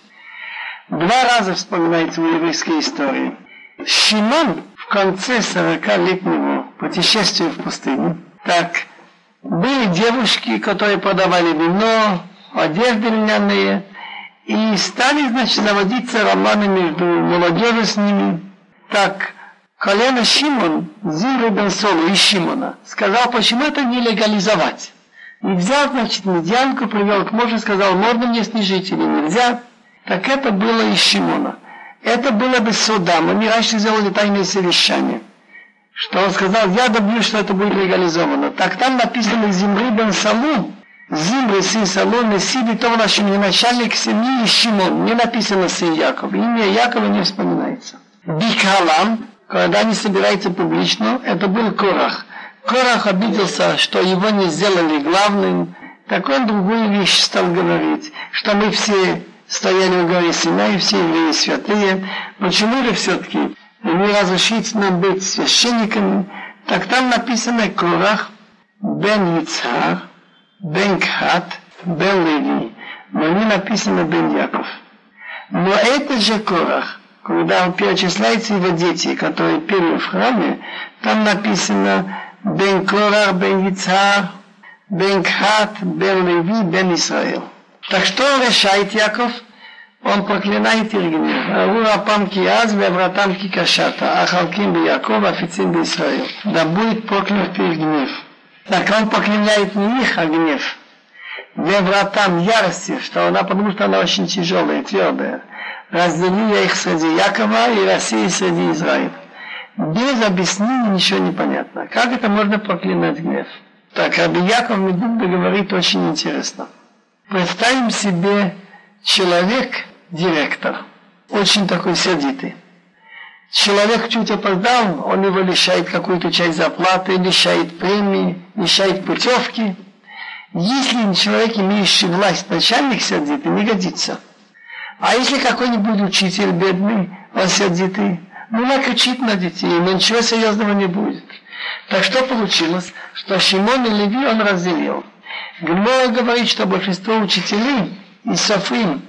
Два раза вспоминается в еврейской истории. Шимон в конце сорокалетнего путешествия в пустыне. Так, были девушки, которые продавали вино, одежды льняные, и стали, значит, заводиться романы между молодежью с ними. Так, колено Шимон, Зимри бен Солу из Шимона, сказал, почему это не легализовать. И взял, значит, медианку, привел к мужу, сказал, можно мне снижить или нельзя. Так это было из Шимона. Это было без суда. Мы раньше сделали тайное совещание. Что он сказал, я добьюсь, что это будет легализовано. Так там написано Зимри бен Солу, Зимри сын Солу, Месиби, то наш начальник семьи из Шимон. Не написано сын Якова. Имя Якова не вспоминается. Бикалам, когда они собираются публично, это был Корах. Корах обиделся, что его не сделали главным. Так он другую вещь стал говорить, что мы все стояли у горы Синай, все евреи святые. Почему же все-таки не разрешить нам быть священниками? Так там написано Корах, бен Ицхар, бен Кхат, бен Леви. Но не написано бен Яков. Но этот же Корах, когда перечисляются его дети, которые пели в храме, там написано бен Корах, бен Ицхар, бен Кхат, бен Леви, бен Исраил. Так что решает Яков? Он проклинает Иргнев. Арура памки аз, вевратам ки кашата, ахалким би Яков, официн би Исраил. Да будет проклят их гнев. Так он проклинает не их, а гнев. Вевратам ярости, что она, потому что она очень тяжелая, твердая. Раздели я их среди Якова и России среди Израиля. Без объяснений ничего не понятно. Как это можно проклинать гнев? Так, Раби Яков Медунда говорит очень интересно. Представим себе человек, директор, очень такой сердитый. Человек чуть опоздал, он его лишает какую-то часть зарплаты, лишает премии, лишает путевки. Если человек, имеющий власть, начальник сердитый, не годится. А если какой-нибудь учитель бедный, он сердитый, ну накричит на детей, но ничего серьезного не будет. Так что получилось? Что Шимон и Леви он разделил. Гемора говорит, что большинство учителей из Софрим,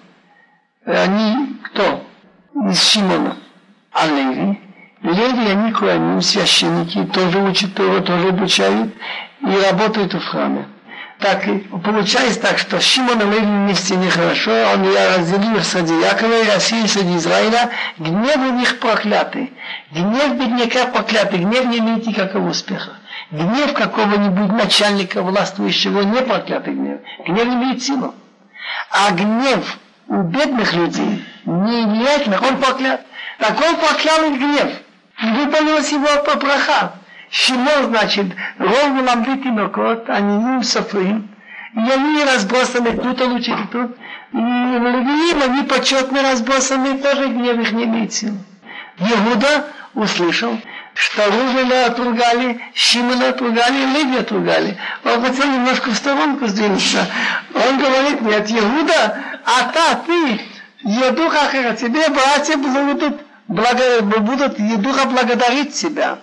они кто? Из Шимона. А Леви? Леви, они коаним, священники, тоже учат Тору, тоже обучают и работают в храме. Так получается так, что Шимон и Леви вместе нехорошо, он я разделил их среди Якова и России, среди Израиля, гнев у них проклятый. Гнев бедняка проклятый, гнев не имеет никакого успеха. Гнев какого-нибудь начальника властвующего не проклятый гнев. Гнев имеет силу. А гнев у бедных людей не влиятельный, он проклят. Так он проклял их гнев. И выполнилась его браха. Шимон, значит, ровно ламбит и нокот, они им софрим. И они разбросаны тут, а лучше тут. И Левиим, они почетно разбросаны, тоже гнев их не имеет силы. Иуда услышал, что Рувена отругали, Шимона отругали, Леви отругали. Он хотел немножко в сторонку сдвинуться. Он говорит, нет, Иуда, а та, ты, Едуха, тебе братья будут, благо, будут Едуха благодарить тебя.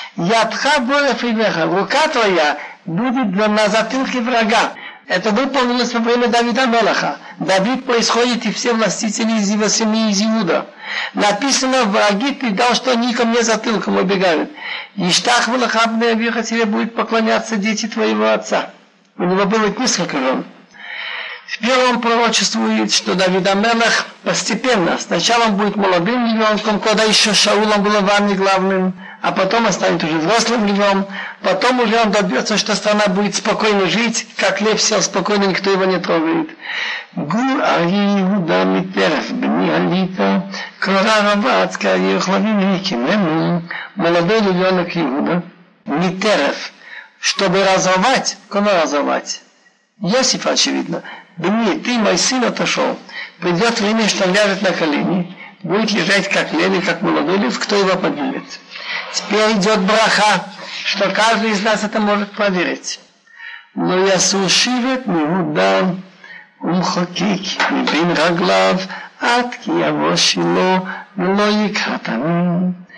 Ядха борев и веха, рука твоя будет на затылке врага. Это выполнилось во время Давида Мелаха. Давид происходит и все властители из его семьи, из Иуда. Написано, враги ты дал, что они ко мне затылком убегают. Иштах вылахабная веха, тебе будет поклоняться дети твоего отца. У него было несколько жен. Теперь он пророчествует, что Давид Амелах постепенно, сначала он будет молодым ребенком, когда еще Шаулом был в армии главным, а потом он станет уже взрослым львом, потом уже он добьется, что страна будет спокойно жить, как лев сел спокойно, никто его не трогает. Гур ари Иуда митерев бни алита, крора рабацка ехлавим ликимему, молодой ребенок Иуда, митерев, чтобы разорвать, кого разорвать? Иосиф, очевидно. Бни, ты, мой сын, отошел. Придет время, что он ляжет на колени, будет лежать как лев, как молодой лев, кто его поднимет. Теперь идет браха, что каждый из нас это может проверить. Но я сушивет Иуда, умхокик, мибин раглав, ад ки яво шило, ולא יקחתני.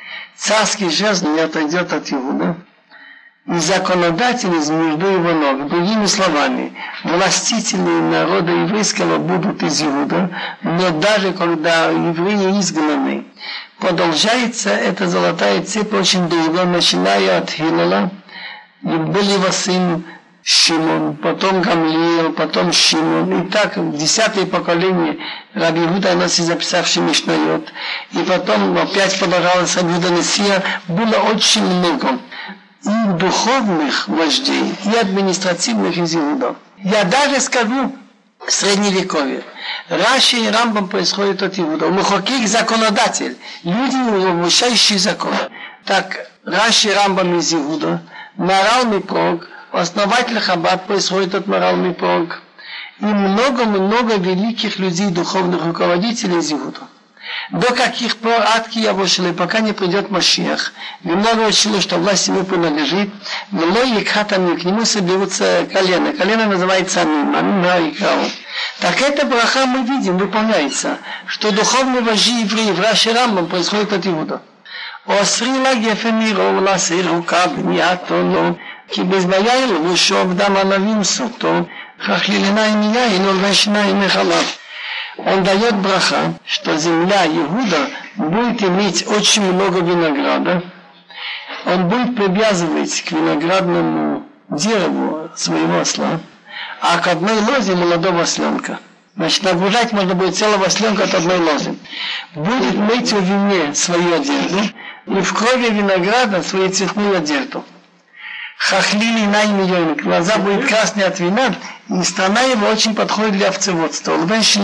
царский жезл не отойдет от Иуда, и законодательность между его ног. Другими словами, властители народа еврейского будут из Иуда, но даже когда евреи изгнаны, продолжается эта золотая цепь очень долго, начиная от Хилала, и был его сын Шимон, потом Гамлиил, потом Шимон, и так десятое поколение Раби Иуда, нас и записавший Мишнайот, и потом опять продолжалось Раби Иуда Несия, было очень много и духовных вождей, и административных из Иуда. Я даже скажу средневековье. Раши и Рамбам происходят от Иуда. Мухокик законодатель, люди, улучшающие закон. Так, Раши и Рамбам из Иуда, Марал Мипрог, основатель Хаббат происходит от Марал Мипрог, и много-много великих людей, духовных руководителей из Иуда. До каких пор адки я вышел, и пока не придет Машиах. Немного учило, что власть ему принадлежит, но Икхатами, к нему соберутся колено. Колено называется Амим, Амим Хаикау. Так эта браха мы видим, выполняется, что духовные вожди евреев, Раши Рамбам, происходит от Иуда. Осрила Гефемиров Ласиру Кабниатоно, Кибезбаяй Лушов Даманавим Суто, Хахлилина и Мия, и Норвешина и Мехалав. Он дает браха, что земля Иуда будет иметь очень много винограда. Он будет привязывать к виноградному дереву своего осла, а к одной лозе молодого осленка. Значит, нагружать можно будет целого осленка от одной лозы. Будет мыть в вине свою одежду и в крови винограда свою цветную одежду. Хахлили найми, глаза будут красные от вина, и страна его очень подходит для овцеводства.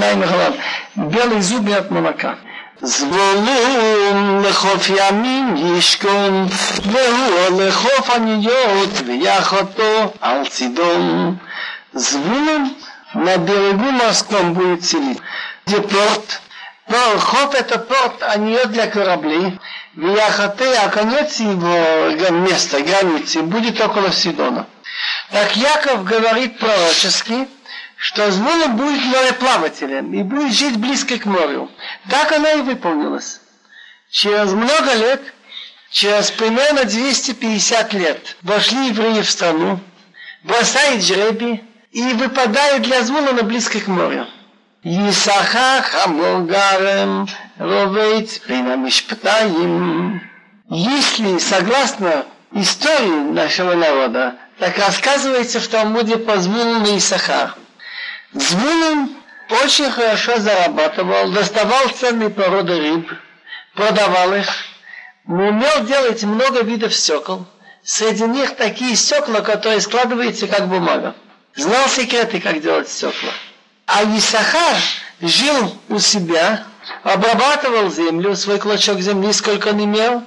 Белые зубы от молока. Зволун лехоф ямин ишком, веху лехоф аниот, вяхото алцидом. Зволун на берегу морском будет селить. Где порт? Хоф это порт, аниот для кораблей. Вияхате, а конец его места, границы, будет около Сидона. Так Яков говорит пророчески, что Звулун будет мореплавателем и будет жить близко к морю. Так оно и выполнилось. Через много лет, через примерно двести пятьдесят лет, вошли евреи в страну, бросают жребий и выпадают для Звулуна близко к морю. Исахар хамогарем ровейц пинамишптаим. Если, согласно истории нашего народа, так рассказывается в Талмуде по Звулуну и Исахар. Звулун очень хорошо зарабатывал, доставал ценные породы рыб, продавал их, умел делать много видов стекол. Среди них такие стекла, которые складываются как бумага. Знал секреты, как делать стекла. А Исахар жил у себя, обрабатывал землю, свой клочок земли, сколько он имел,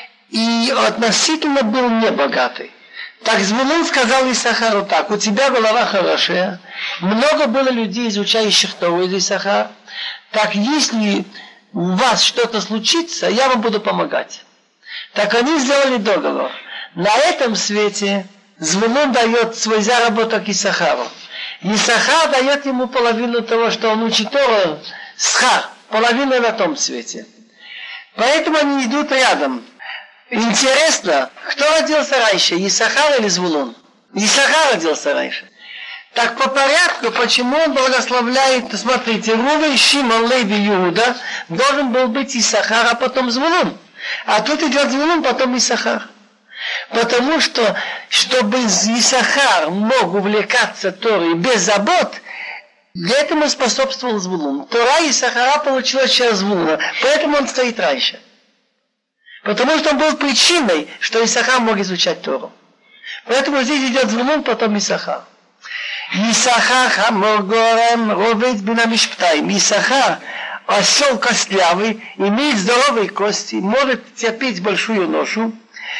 и относительно был небогатый. Так Звулун сказал Исахару так: у тебя голова хорошая, много было людей, изучающих Тору из Исахара, так если у вас что-то случится, я вам буду помогать. Так они сделали договор. На этом свете Звулун дает свой заработок Исахару. Исахар дает ему половину того, что он учит Тору, схар, половину на том свете. Поэтому они идут рядом. Интересно, кто родился раньше, Исахар или Звулун? Исахар родился раньше. Так по порядку, почему он благословляет, смотрите, Рувен, Шимон, Леви, Иуда, должен был быть Исахар, а потом Звулун. А тут идет Звулун, потом Исахар. Потому что, чтобы Исахар мог увлекаться Торой без забот, для этого способствовал Звулун. Тора Исахара получилась через Звулуна, поэтому он стоит раньше. Потому что он был причиной, что Исахар мог изучать Тору. Поэтому здесь идет Звулун, потом Исахар. Исахар хамогорем ровец бинамишптаим. Исахар, осел костлявый, имеет здоровые кости, может терпеть большую ношу.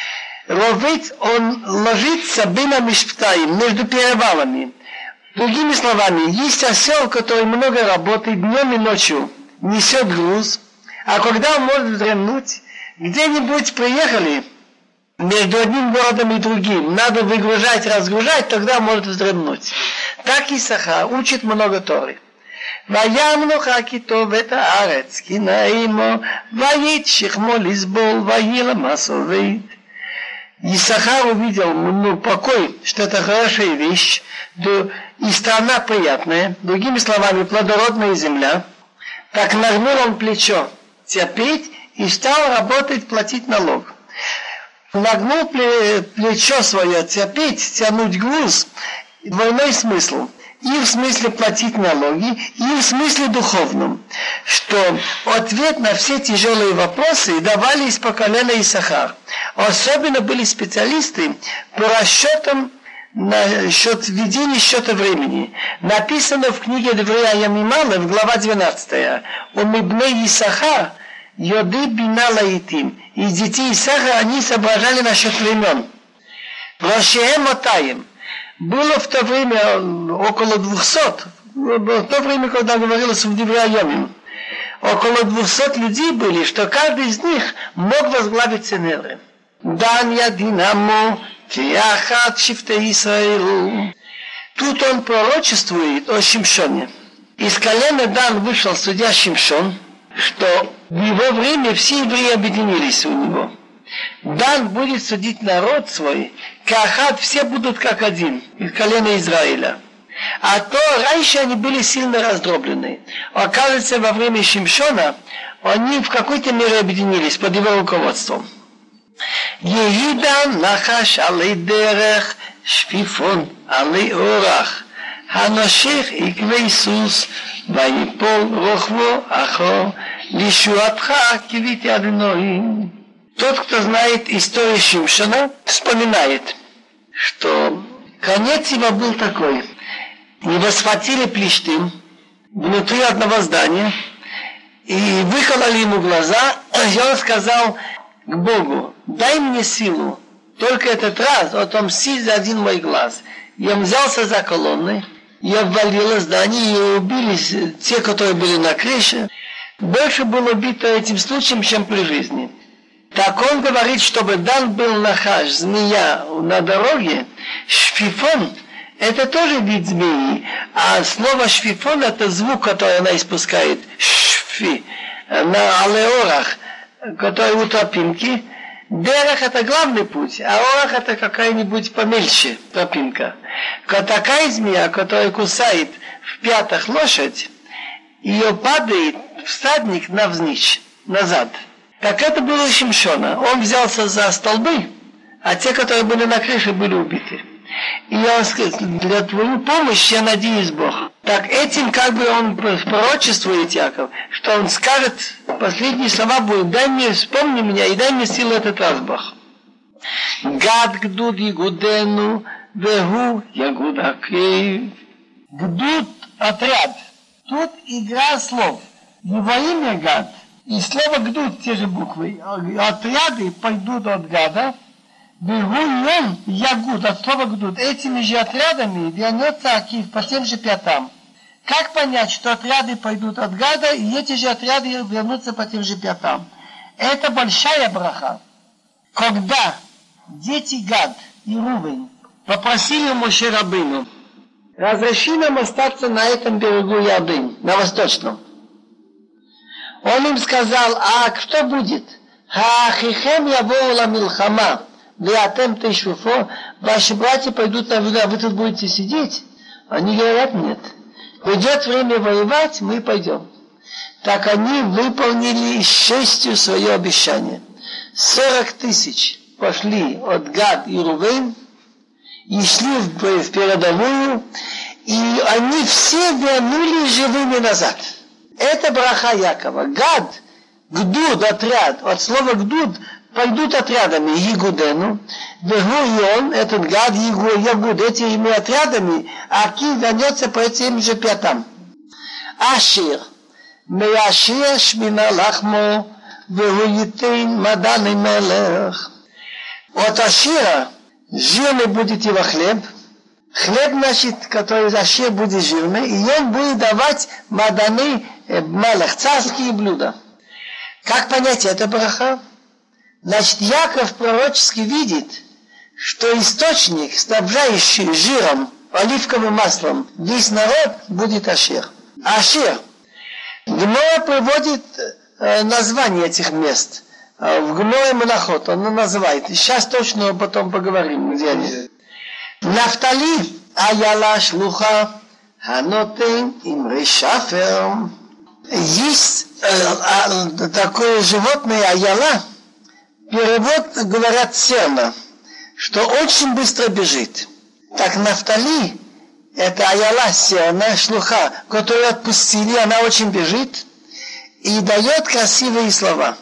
Ровец, он ложится бинамишптаим, между перевалами. Другими словами, есть осел, который много работает днем и ночью, несет груз, а когда он может вздремнуть, где-нибудь приехали между одним городом и другим, надо выгружать, разгружать, тогда может вздремнуть. Так Исахар учит много Торы. וימלוך הכיתוב את הארץ, כי נעימו, ויית שכמו לסבול, ויהי למסובית. Исахар увидел ну, покой, что это хорошая вещь, и страна приятная, другими словами, плодородная земля. Так нагнул он плечо терпеть и стал работать, платить налог. Нагнул плечо свое терпеть, тянуть груз, двойной смысл. И в смысле платить налоги, и в смысле духовном, что ответ на все тяжелые вопросы давали из поколения Исахар. Особенно были специалисты по расчетам насчет ведения счета времени. Написано в книге Деврея Ямимала, в глава двенадцатая. «Умибней Исахар, йоды бина лаитим». Из детей Исахара они соображали насчет времен. «Рошеем отаем». Было в то время около двухсот, в то время, когда говорилось в Деврея Ямим, около двухсот людей были, что каждый из них мог возглавить Синедрин. Дан ядинамо, кияхат шифте Исраилу. Тут он пророчествует о Шимшоне. Из колена Дан вышел судья Шимшон, что в его время все евреи объединились у него. Дан будет судить народ свой, Кахат все будут как один, из колена Израиля. А то раньше они были сильно раздроблены. Оказывается, во время Шимшона они в какой-то мере объединились под его руководством. Еидан нахаш алей дерех, шфифон алей орах, ханошех иквей сус, ваипол рохво ахо, лишуатха кивити адиной. Тот, кто знает историю Шимшона, вспоминает, что конец его был такой. Его схватили Плештим внутри одного здания и выкололи ему глаза, и он сказал к Богу: дай мне силу, только этот раз отомсти за один мой глаз. И он взялся за колонны, и обвалило здание, и убились те, которые были на крыше. Больше было убито этим случаем, чем при жизни. Так он говорит, чтобы Дан был нахаш, змея на дороге, шфифон – это тоже вид змеи, а слово шфифон – это звук, который она испускает, шфи, на алеорах, который у тропинки. Дерех – это главный путь, а орах – это какая-нибудь помельче тропинка. Такая змея, которая кусает в пятах лошадь, ее падает всадник навзничь, назад. Так это было Шимшона. Он взялся за столбы, а те, которые были на крыше, были убиты. И он сказал: для твоей помощи я надеюсь, Бог. Так этим как бы он пророчествует, Яков, что он скажет, последние слова будут: дай мне, вспомни меня и дай мне силу этот раз, Бог. Гад гдуд ягудену, вегу ягудакей. Гдуд – отряд. Тут игра слов. Его имя Гад. И слово «гдуд» те же буквы. Отряды пойдут от Гада. Бегу и он, ягуд, от слова «гдуд». Этими же отрядами вернется Акив по тем же пятам. Как понять, что отряды пойдут от Гада, и эти же отряды вернутся по тем же пятам? Это большая браха. Когда дети Гад и Рувен попросили Моше Рабейну: разреши нам остаться на этом берегу Ярдын, на восточном. Он им сказал: а что будет? Хаахихем ябоу ла милхама, веатем тешуфо, ваши братья пойдут на войну, а вы тут будете сидеть? Они говорят: нет. Придет время воевать, мы пойдем. Так они выполнили с честью свое обещание. Сорок тысяч пошли от Гад и Рувен, и шли в передовую, и они все вернулись живыми назад. Это браха Якова. Гад, гдуд, отряд. От слова гдуд пойдут отрядами. Ягудену. Вегу и он, этот гад, ягу, ягуд, этими отрядами, а Акив вернется по этим же пятам. Ашир. Меашир шмина лахмо, вегу етейн маданы мелех. От Ашира жирный будет его хлеб. Хлеб, значит, который из Ашир будет жирный, и он будет давать маданы мелех, царские блюда. Как понять это браха? Значит, Яков пророчески видит, что источник, снабжающий жиром, оливковым маслом, весь народ будет Ашир. Ашер. Гемора приводит э, название этих мест. Э, в Геморе Монахот он называет. Сейчас точно потом поговорим, где они. Нафтали, Аяла, Шлуха, Ханотен, Имре Шафер. Есть э, э, такое животное Аяла. Перевод говорят серна, что очень быстро бежит. Так Нафтали, это Аяла серна, шлуха, которую отпустили, она очень бежит и дает красивые слова.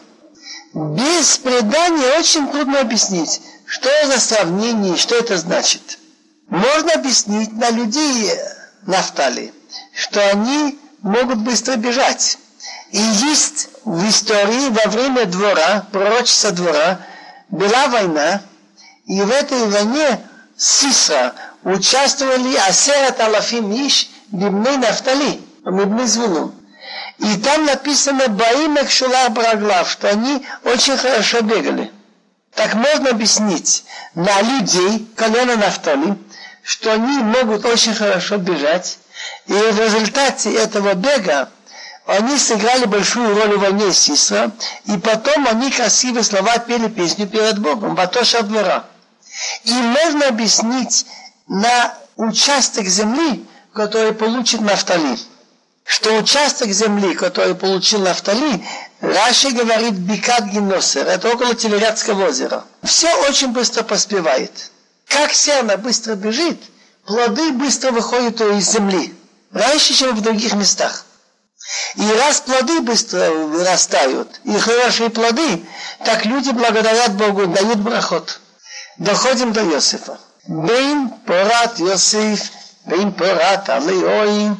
Без предания очень трудно объяснить, что за сравнение, что это значит. Можно объяснить на людей Нафтали, что они могут быстро бежать. И есть в истории во время двора, пророчества двора, была война, и в этой войне Сисра участвовали Асерат Алафим Иш Бибней Нафтали, Бибней Звулун. И там написано Баимек Шулар Браглав, что они очень хорошо бегали. Так можно объяснить на людей, колена Нафтали, что они могут очень хорошо бежать, и в результате этого бега они сыграли большую роль в войне Сисра, и потом они красивые слова пели песню перед Богом, Батоша двора. И можно объяснить на участок земли, который получит Нафтали. Что участок земли, который получил Нафтали, Раши говорит Бикат Гиносер, это около Тиверятского озера. Все очень быстро поспевает. Как серна быстро бежит, плоды быстро выходят из земли, раньше, чем в других местах. И раз плоды быстро вырастают, и хорошие плоды, так люди благодарят Богу, дают брахот. Доходим до Йосифа. Бейн порат Йосиф, бейн порат алейоин,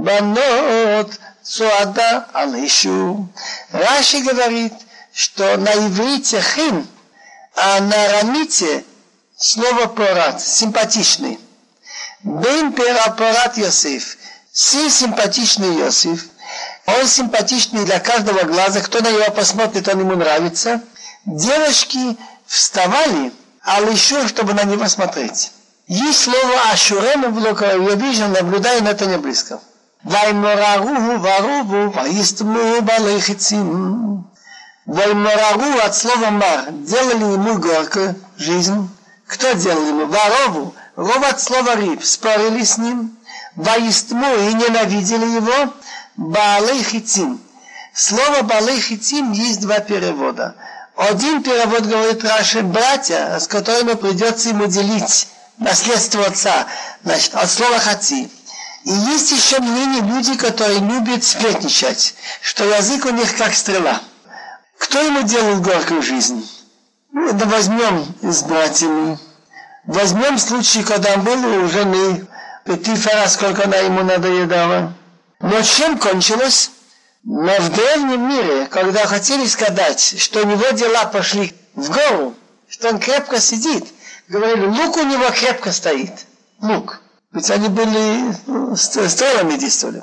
банот цуада алейшу. Раши говорит, что на иврите хин, а на арамите слово порат, симпатичный. Бейн порат Йосиф, си симпатичный Йосиф. Он симпатичный для каждого глаза, кто на него посмотрит, он ему нравится. Девочки вставали, а еще, чтобы на него смотреть. Есть слово «ашурем» в Лука, я вижу, наблюдаю, но это не близко. «Ваймораруху варуву ваистму балейхицим». «Вайморару» от слова «мар». Делали ему горькую жизнь. Кто делал ему? «Варову». «Ров» от слова «риб». Спорили с ним. «Ваистму» и ненавидели его. «Баалей хитим». Слово «баалей хитим» есть два перевода. Один перевод говорит Раши, братья, с которыми придется ему делить наследство отца, значит, от слова «хати». И есть еще мнение люди, которые любят сплетничать, что язык у них как стрела. Кто ему делал горькую жизнь? Ну, да возьмем с братьями. Возьмем случай, когда он был у жены Петифера, сколько она ему надоедала. Но чем кончилось? Но в древнем мире, когда хотели сказать, что у него дела пошли в гору, что он крепко сидит, говорили, лук у него крепко стоит. Лук. Ведь они были стрелами действовали.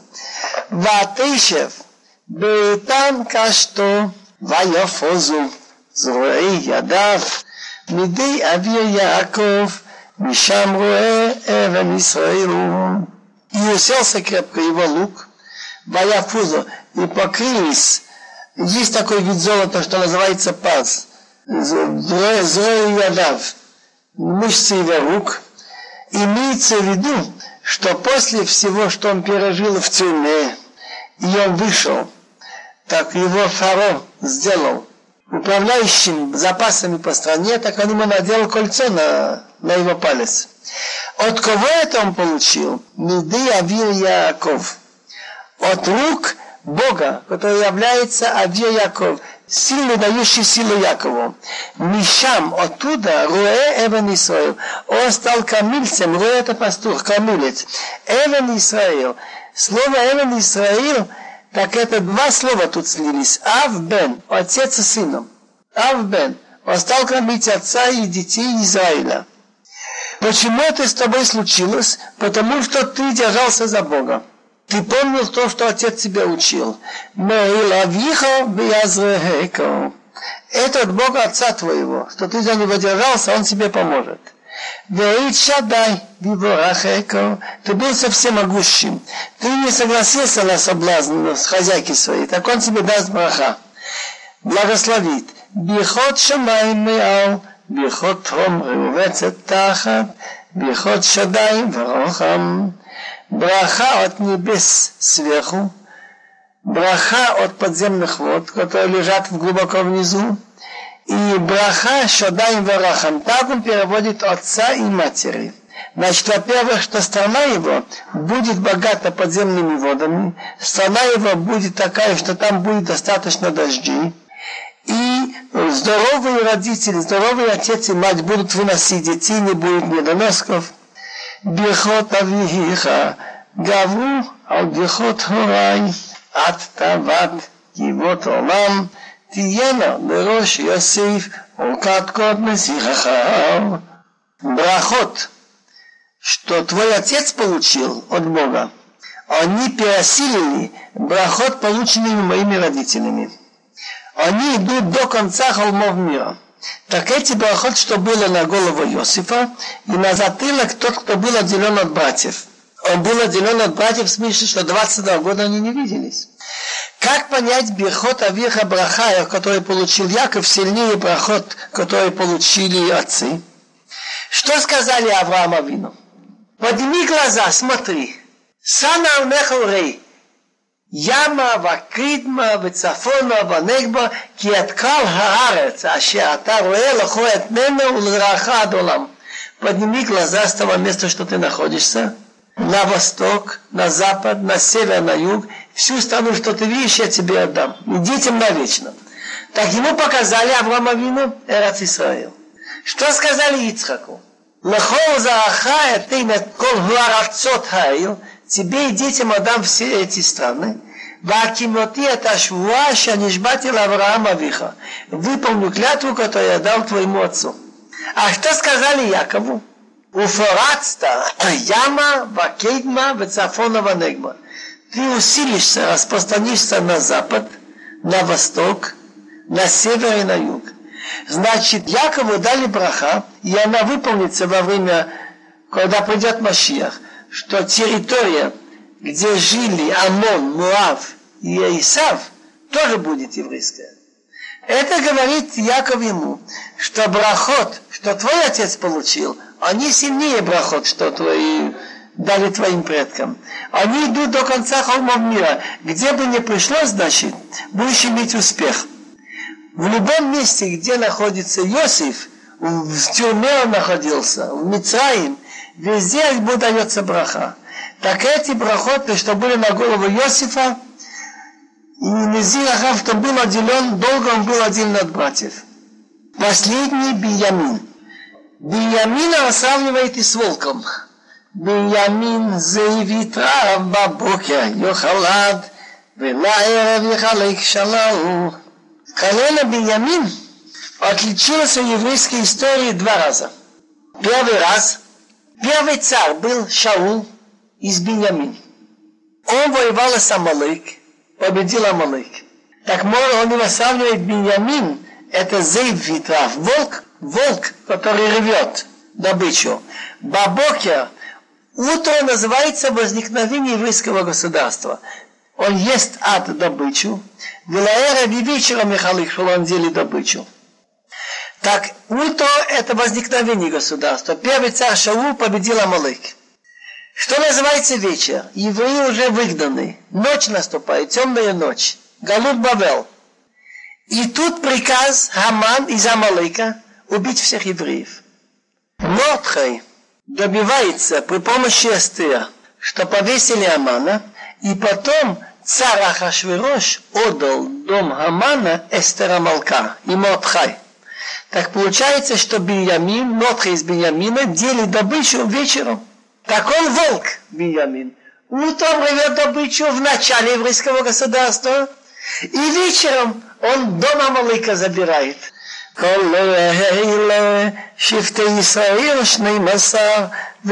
Ватышев, бейтан кашто, ваяфозу, зрои ядав, мидей авир Яаков, мишам роэ эвен Исраилу. И уселся крепко его лук, ваяфузу, и покрылись. Есть такой вид золота, что называется паз. Зрои ядав, мышцы его рук. Имеется в виду, что после всего, что он пережил в тюрьме, и он вышел, так его фараон сделал управляющим запасами по стране, так он ему надел кольцо на, на его палец. От кого это он получил? Миды Авир Яаков. От рук Бога, который является Авир Яаков, сильный, дающий силу Якову. Мишам, оттуда, Руэ Эвен Исраил. Он стал кормильцем, Руэ это пастух, кормилец. Эвен Исраил. Слово Эвен Исраил, так это два слова тут слились. Ав Бен, отец и сыном. Ав Бен, он стал кормить отца и детей Израиля. Почему это с тобой случилось? Потому что ты держался за Бога. Ты помнил то, что отец тебя учил. Этот Бог отца твоего, что ты за него держался, он тебе поможет. Веит Шадай, Виборахеко, ты был совсем могущим. Ты не согласился на соблазн с хозяйки своей, так он тебе даст браха. Благословит. Бихот Шамаим Меал, Бихот Хом Реувецет Тахат, Бихот Шадай Варохам. Браха от небес сверху, браха от подземных вод, которые лежат глубоко внизу, и браха Шадай Варохам. Так он переводит отца и матери. Значит, во-первых, что страна его будет богата подземными водами, страна его будет такая, что там будет достаточно дождей, и здоровые родители, здоровый отец и мать будут выносить детей, не будет недоносков. Бихот авихиха гавру ал бихот хорай ат тават кивот олам тиена лерош Йосеф олкат код месихахав. Брахот, что твой отец получил от Бога, они пересилили брахот, полученными моими родителями. Они идут до конца холмов мира. Так эти брахот, что было на голову Иосифа, и на затылок тот, кто был отделен от братьев. Он был отделен от братьев в смысле, что двадцать два года они не виделись. Как понять брахот авиха брахая, который получил Яков, сильнее брахот, который получили отцы? Что сказали Аврааму Авину? Подними глаза, смотри. Сана унехурей. Яма вакидма וצפונה ונגבה כי את כל הארץ אשר אתה רואה לכו את ממנו ולרעך עד עולם. Подними глаза с того места, что ты находишься, на восток, на запад, на север, на юг, всю страну, что ты видишь, я тебе отдам. И детям навечно. Так ему показали Аврааму Авину Эрец Исраил. Что сказали Ицхаку? Лехол зааха этейнет кол хуарацот хаил. Тебе и детям отдам все эти страны. Вакимоти это швуа, шанишбати лавраам авиха. Выполню клятву, которую я дал твоему отцу. А что сказали Якову? Уфорацта яма вакейдма вецафона ванегма. Ты усилишься, распространишься на запад, на восток, на север и на юг. Значит, Якову дали браха, и она выполнится во время, когда придет Машиах, что территория, где жили Амон, Муав и Исав, тоже будет еврейская. Это говорит Яков ему, что брахот, что твой отец получил, они сильнее брахот, что твои дали твоим предкам. Они идут до конца холмов мира. Где бы ни пришлось, значит, будешь иметь успех. В любом месте, где находится Иосиф, в тюрьме он находился, в Мицраим, везде ему дается браха. Так эти брахоты, что были на голову Иосифа, и Незирахав, что был отделен, долго он был отделен от братьев. Последний Биньямин. Биньямина сравнивает и с волком. Биньямин заявит рав бабокер йохалад велаэрав йохалек шалау. Колено Биньямин отличилось в еврейской истории два раза. Первый раз, первый царь был Шаул из Биньямин. Он воевал с Амалек, победил Амалек. Так можно он его сравнивает Биньямин, это зейв витрав, волк, волк, который рвет добычу. Бабокер, утро называется возникновение еврейского государства. Он ест ад добычу, Вилаэра и вечером Михалык, что он делит добычу. Так, утро это возникновение государства. Первый царь Шаул победил Амалек. Что называется вечер? Евреи уже выгнаны. Ночь наступает, темная ночь. Галут Бавел. И тут приказ Хаман из Амалека убить всех евреев. Мордхай добивается при помощи Эстера, что повесили Амана, и потом царь Ахашвирош отдал дом Хамана Эстера Малка и Мордхай. Так получается, что Биньямин, Мордхай из Биньямина делит добычу вечером. Так он волк, Биньямин. Утром рвет добычу в начале еврейского государства, и вечером он дом Амалека забирает. כל אלה שבטי ישראל שנים עשר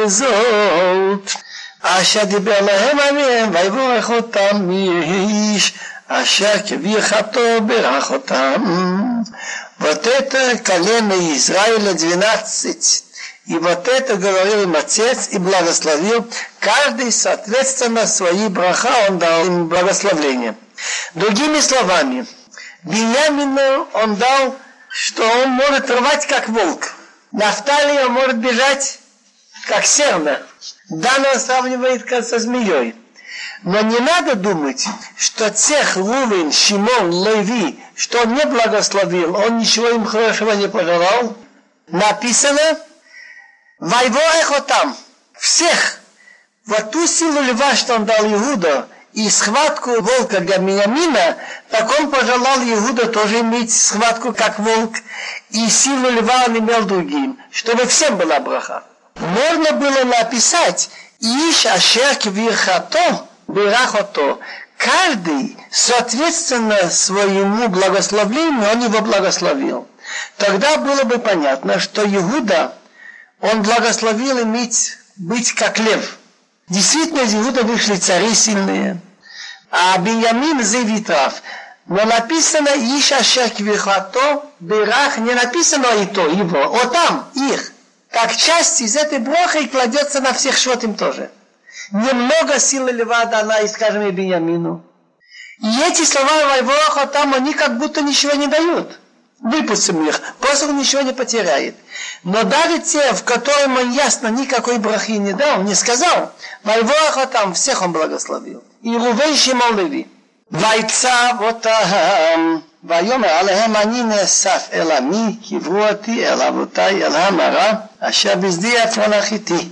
וזאת אשר דיבר להם עליהם ויברך אותם איש אשר כברכתו ברך אותם. Вот это колено Израиля двенадцать И вот это говорил им отец и благословил. Каждый, соответственно, свои браха, он дал им благословление. Другими словами, Биньямину он дал, что он может рвать как волк. Нафтали он может бежать как серна. Дан он сравнивает со змеей. Но не надо думать, что Цех, Рувен, Шимон, Леви, что он не благословил, он ничего им хорошего не пожелал. Написано, Вайворехо там, всех, вот ту силу льва, что он дал Иуда, и схватку волка для Биньямина, так он пожелал Иуда тоже иметь схватку как волк, и силу льва он имел другим, чтобы всем была браха. Можно было написать, Иш ашер квирхато, бирахото, каждый, соответственно своему благословлению, он его благословил. Тогда было бы понятно, что Иуда, он благословил иметь, быть как лев. Действительно, из Иуда вышли цари сильные, а Биньямин завитрав. Но написано Иш ашер квирхато, бирах, не написано и то, его, о там, их. Как часть из этой брохи кладется на всех швотим тоже. Немного силы льва дана, и, скажем, и Биньямину. И эти слова Вайвораха там, они как будто ничего не дают. Выпустим их, посох ничего не потеряет. Но даже те, в котором он ясно никакой брахи не дал, не сказал, Вайвораха там, всех он благословил. И Рувен, Шимон, Леви. Вайца вот там. ויאמר עליהם אני נאסף אל עמי, קברו אותי אל אבותי אל המרה אשר בשדה עפרון החיתי,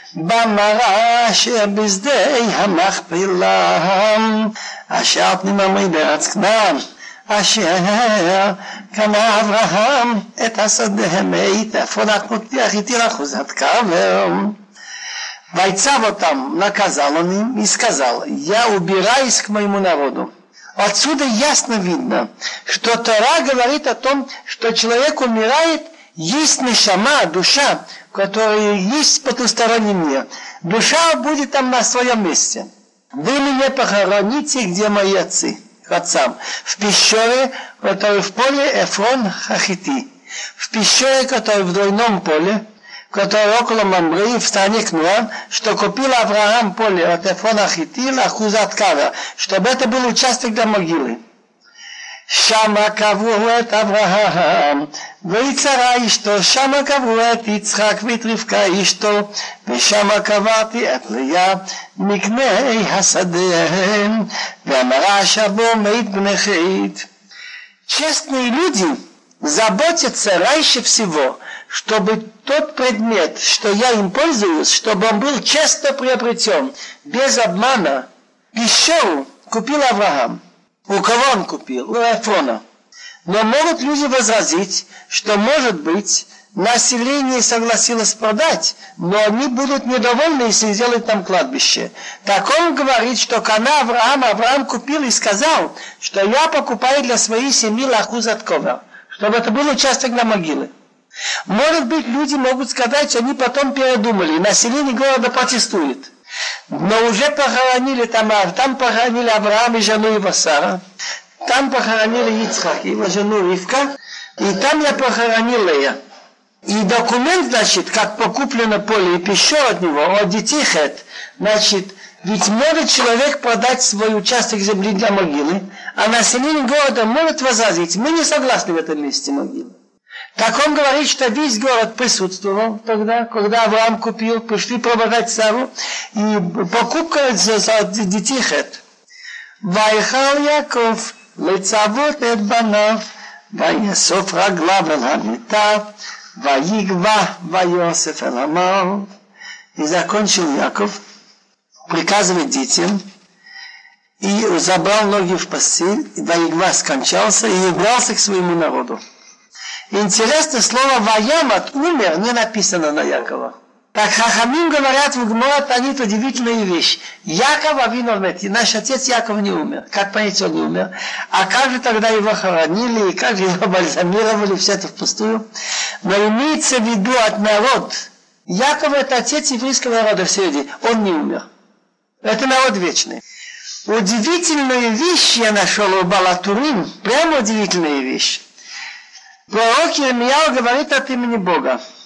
במרה אשר בשדה המכפלה אשר על פני ממריא בארץ כנען, אשר קנה אברהם את השדה המאית עפרון החיתי לאחוזת כרמל. ויצב אותם, наказал он им и сказал, я убираюсь к моему народу. Отсюда ясно видно, что Тора говорит о том, что человек умирает, есть нешама, душа, которая есть в потустороннем мире. Душа будет там на своем месте. Вы меня похороните, где мои отцы, отцам. В пещере, которая в поле Эфрон Хахити. В пещере, которая в двойном поле, который около Мамры в стране Кнуан, что купил Авраам поле от Эфрона Хитила, Хузат Кара, чтобы это был участок для могилы. Шама каву את אברהם, ויצרה אשתו, שמה קברו את יצחק ואת רבקה אשתו, ושמה קברתי את לאה, מקנה השדה, ואמרה שבו מת בני חית. Честные люди заботятся раньше всего, чтобы тот предмет, что я им пользуюсь, чтобы он был честно приобретен, без обмана. Еще купил Авраам. У кого он купил? У Эфрона. Но могут люди возразить, что, может быть, население согласилось продать, но они будут недовольны, если сделают там кладбище. Так он говорит, что кана Авраама, Авраам купил и сказал, что я покупаю для своей семьи лахуз от ковер, чтобы это был участок для могилы. Может быть, люди могут сказать, что они потом передумали, и население города протестует. Но уже похоронили там, там похоронили Авраама и жену его Сара, там похоронили Ицхак и его жену Ривка, и там я похоронил Лея. И документ, значит, как покуплено поле и пещера от него, от детей Хет, значит, ведь может человек продать свой участок земли для могилы, а население города может возразить, мы не согласны в этом месте могилы. Так он говорит, что весь город присутствовал тогда, когда Авраам купил, пришли провожать Сару, и покупка за, за детей Хет. Вайхал Яков, лецавот эт банав, вайесоф раглав эл хамита, ваигва вайосеф эл амал. И закончил Яков приказывать детям, и забрал ноги в постель, и ваигва скончался, и убрался к своему народу. Интересно, слово «ваямат» умер не написано на Якова. Так хахамим говорят в Гморат, они удивительная вещь. Яков Авину мет, и наш отец Яков не умер. Как понять, он не умер? А как же тогда его хоронили, и как же его бальзамировали, все это впустую? Но имеется в виду от народ. Яков это отец еврейского народа в среде, он не умер. Это народ вечный. Удивительную вещь я нашел у Балатурим, прямо удивительная вещь. Пророк Иеремияу говорит от имени Бога.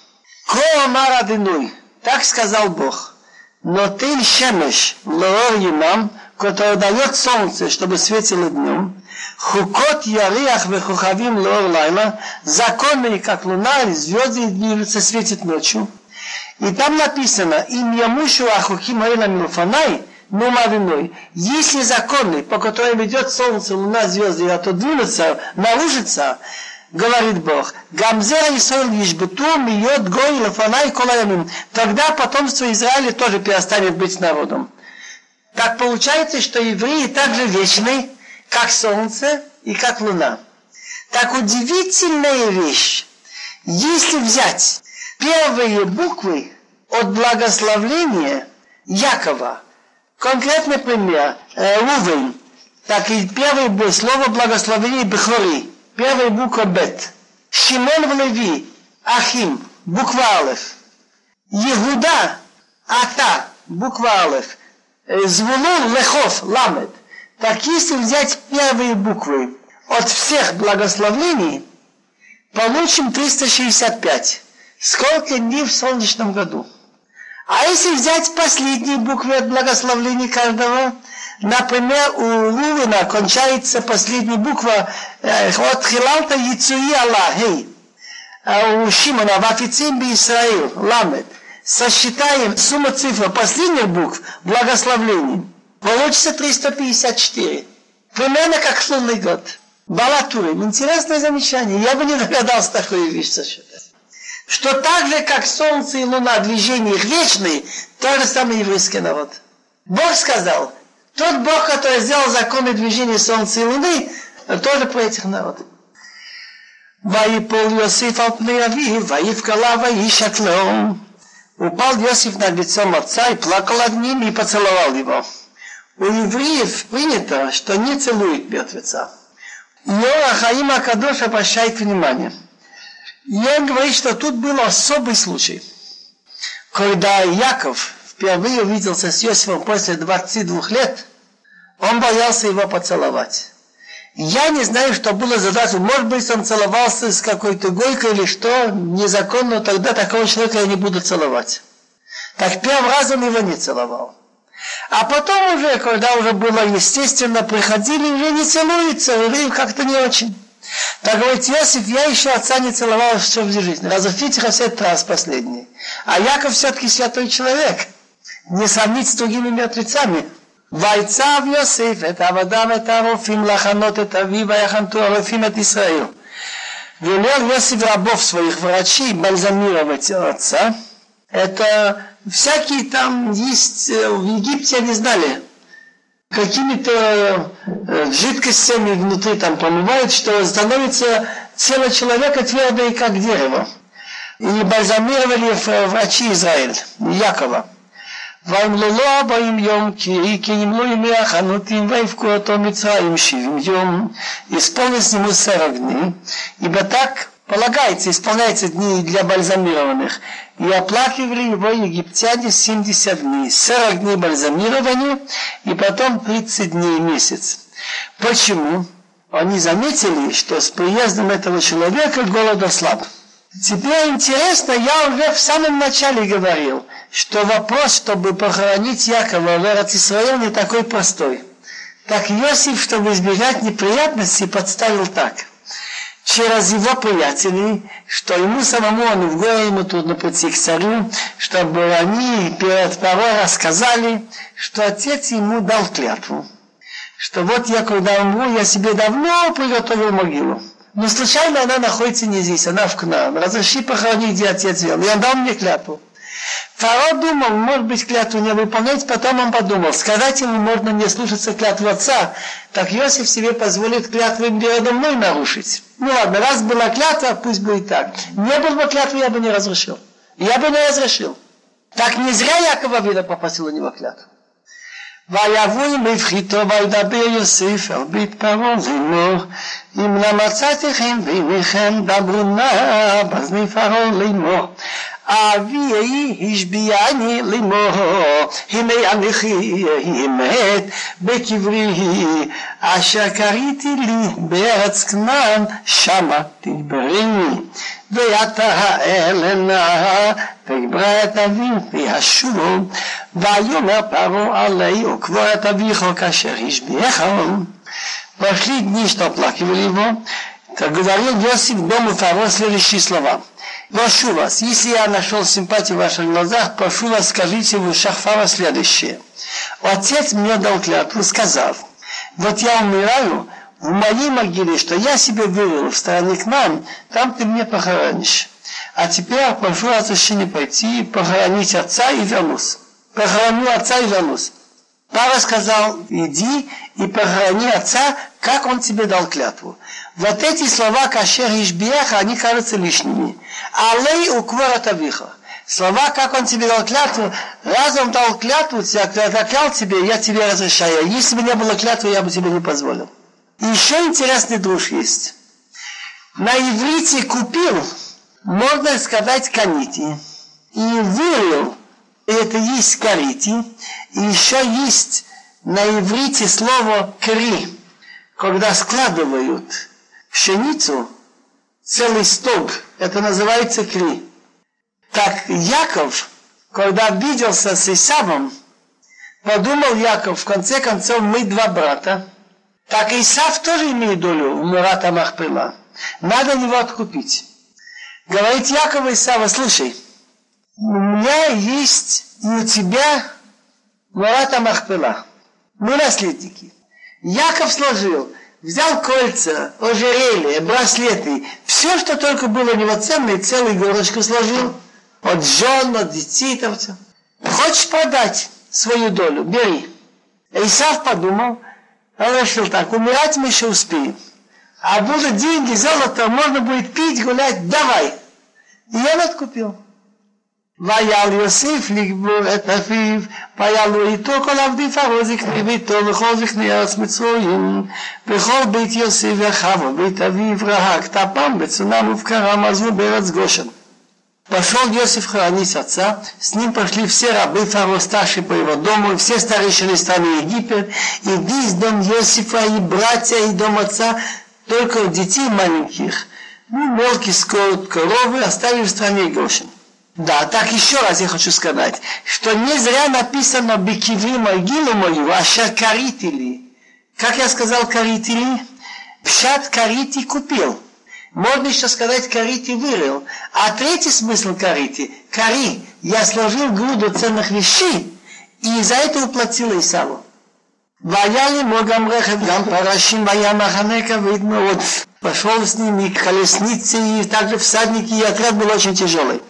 Ко амар Адонай, так сказал Бог. Но ты шемеш лоор ямам, который дает солнце, чтобы светило днем, хукот яриах вехухавим лоор лайла, законные, как луна, и звезды движутся, светит ночью. И там написано, им ямушу ахухим айла милфанай, но мавиной. Если законы, по которым идет солнце, луна, звезды, и отодвинутся, нарушится, говорит Бог, гамзера Исраиль ешбету миот гой лафанай колаямим. Тогда потомство Израиля тоже перестанет быть народом. Так получается, что евреи также вечны, как солнце и как луна. Так удивительная вещь. Если взять первые буквы от благословления Якова, конкретный пример, Рувен, так и первое слово благословения Бехори, первая буква Бет. Шимон в Леви, Ахим, буква Алеф. Егуда, Ата, буква Алеф. Звулун, Лехов, Ламед. Так если взять первые буквы от всех благословений, получим триста шестьдесят пять. Сколько дней в солнечном году? А если взять последние буквы от благословений каждого, например, у Рувена кончается последняя буква от Хилалта Яцуи Аллах, хей. А у Шимона Вафицим би Исраил, Ламед. Сосчитаем сумму цифр последних букв благословений. Получится триста пятьдесят четыре. Примерно как лунный год. Балатурим. Интересное замечание. Я бы не догадался такую вещь сосчитать. Что так же, как солнце и луна, движение их вечные, то же самое еврейский народ. Бог сказал, тот Бог, который сделал законы движения солнца и луны, тоже про этих народов. Ваипол Йосиф алпней авив, ваивкала ваишатло. Упал Йосиф на лицо отца и плакал над ним и поцеловал его. У евреев принято, что не целуют мертвеца. Йора Хаима Кадош обращает внимание. И он говорит, что тут был особый случай. Когда Яков впервые увиделся с Йосифом после двадцати двух лет, он боялся его поцеловать. Я не знаю, что было за дату. Может быть, он целовался с какой-то гойкой или что, незаконно, тогда такого человека я не буду целовать. Так первый раз он его не целовал. А потом уже, когда уже было естественно, приходили, уже не целуются, евреев как-то не очень. Так говорит Иосиф, я еще отца не целовал еще в жизни. Разошлите все этот раз последний. А Яков все-таки святой человек. Не сравнить с другими мертвецами. Вайцав Йосиф, это Авадам, это Арофим, Лаханот, это Авива, Яханту, Арофим, это Исраил. Велел Йосиф рабов своих врачей бальзамировать отца. Это всякие там есть, в Египте они знали, какими-то жидкостями внутри там помывают, что становится тело человека твердое, как дерево. И бальзамировали врачи Израиля, Якова. וימלולו ארבעים יום כי כי נמלו ימי החנותים ויבכו אותו מצרים שבעים יום. Исполнилось ему сорок дней, ибо так полагается, исполняются дни для бальзамированных. И оплакивали его египтяне семьдесят дней. сорок дней бальзамирования и потом тридцать дней месяц. Почему? Они заметили, что с приездом этого человека голод ослаб. Теперь интересно, я уже в самом начале говорил, что вопрос, чтобы похоронить Якова в Эрец-Исраэль, не такой простой. Так Иосиф, чтобы избежать неприятностей, подставил так. Через его приятелей, что ему самому, он в горе, ему трудно прийти к царю, чтобы они перед порой рассказали, что отец ему дал клятву. Что вот я, когда умру, я себе давно приготовил могилу. Но случайно она находится не здесь, она в Кнаан. Разреши похоронить, где отец вел. И он дал мне клятву. Фараон думал, может быть, клятву не выполнять, потом он подумал, сказать ему можно не слушаться клятву отца, так Иосиф себе позволит клятву передо мной нарушить. Ну ладно, раз была клятва, пусть будет так. Не было бы клятвы, я бы не разрешил. Я бы не разрешил. Так не зря Якова вида попросил у него клятву. ויבוא עם בבחיתו וידבר יוסף אל בית פרעה לאמור אם לא מצאתי חן בעיניכם דברו נא באזני פרעה לאמור אבי השביעני לאמור, הנה אנכי אמת בקברי, אשר קראתי לי בארץ כנען, שמה תדבריני. ואתה האלנה, ויברא את אבי וישובו, ויאמר פרעה עלי, וקבור את אביך כאשר השביעך. Прошли дни, что оплакивали его. Как говорил Иосиф дому фараона следующие слова. Прошу вас, если я нашел симпатию в ваших глазах, прошу вас, скажите в ушах фараона следующее. Отец мне дал клятву, сказав, вот я умираю в моей могиле, что я себе вывел в стороне к нам, там ты мне похоронишь. А теперь прошу разрешения пойти похоронить отца и вернусь. Похороню отца и вернусь. Папа сказал, иди и похорони отца, как он тебе дал клятву. Вот эти слова кашер ишбиеха, они кажутся лишними. Алей уквор от авиха. Слова, как он тебе дал клятву, раз он дал клятву, заклял тебе, я тебе разрешаю. Если бы не было клятвы, я бы тебе не позволил. И еще интересный друж есть. На иврите купил, можно сказать канити. И вырыл, это есть карити. И еще есть на иврите слово кри, когда складывают пшеницу, целый стог, это называется кри. Так Яков, когда обиделся с Исавом, подумал Яков, в конце концов мы два брата, так Исав тоже имеет долю в Мурата Махпила, надо его откупить. Говорит Яков Исава, слушай, у меня есть и у тебя Мурата Махпила. Мы наследники. Яков сложил, взял кольца, ожерелья, браслеты, все, что только было у него ценное, целую горочку сложил. От жен, от детей, там все. Хочешь продать свою долю? Бери. Исав подумал, он решил так, умирать мы еще успеем. А будут деньги, золото, можно будет пить, гулять, давай. И он откупил. ויעל יוסיף לגבור את אביו, ויעלו איתו כל עבדי פרעה זקני ביתו וכל זקני ארץ מצרים, וכל בית יוסיף ואחיו ובית אביו רהק טפם בצונם ובקרם עזבו בארץ גושן. Пошел Иосиф хоронить отца, с ним пошли все рабы фараона, старшие по его дому, и все старейшины страны Египет, и весь дом Иосифа, и братья, и дом отца, только детей маленьких, ну, мелкий скот, коровы оставили в стране Гошен. Да, так еще раз я хочу сказать, что не зря написано «Бекиври могилу мою, ашер каритили». Как я сказал каритили? Пшат карити купил. Можно еще сказать карити вырыл. А третий смысл карити – кари. Я сложил груду ценных вещей и за это уплатил Исаву. Ваяли могам рехев гам парашим вая маханека видно вот. Пошел с ними колесницы и также всадники, и отряд был очень тяжелый.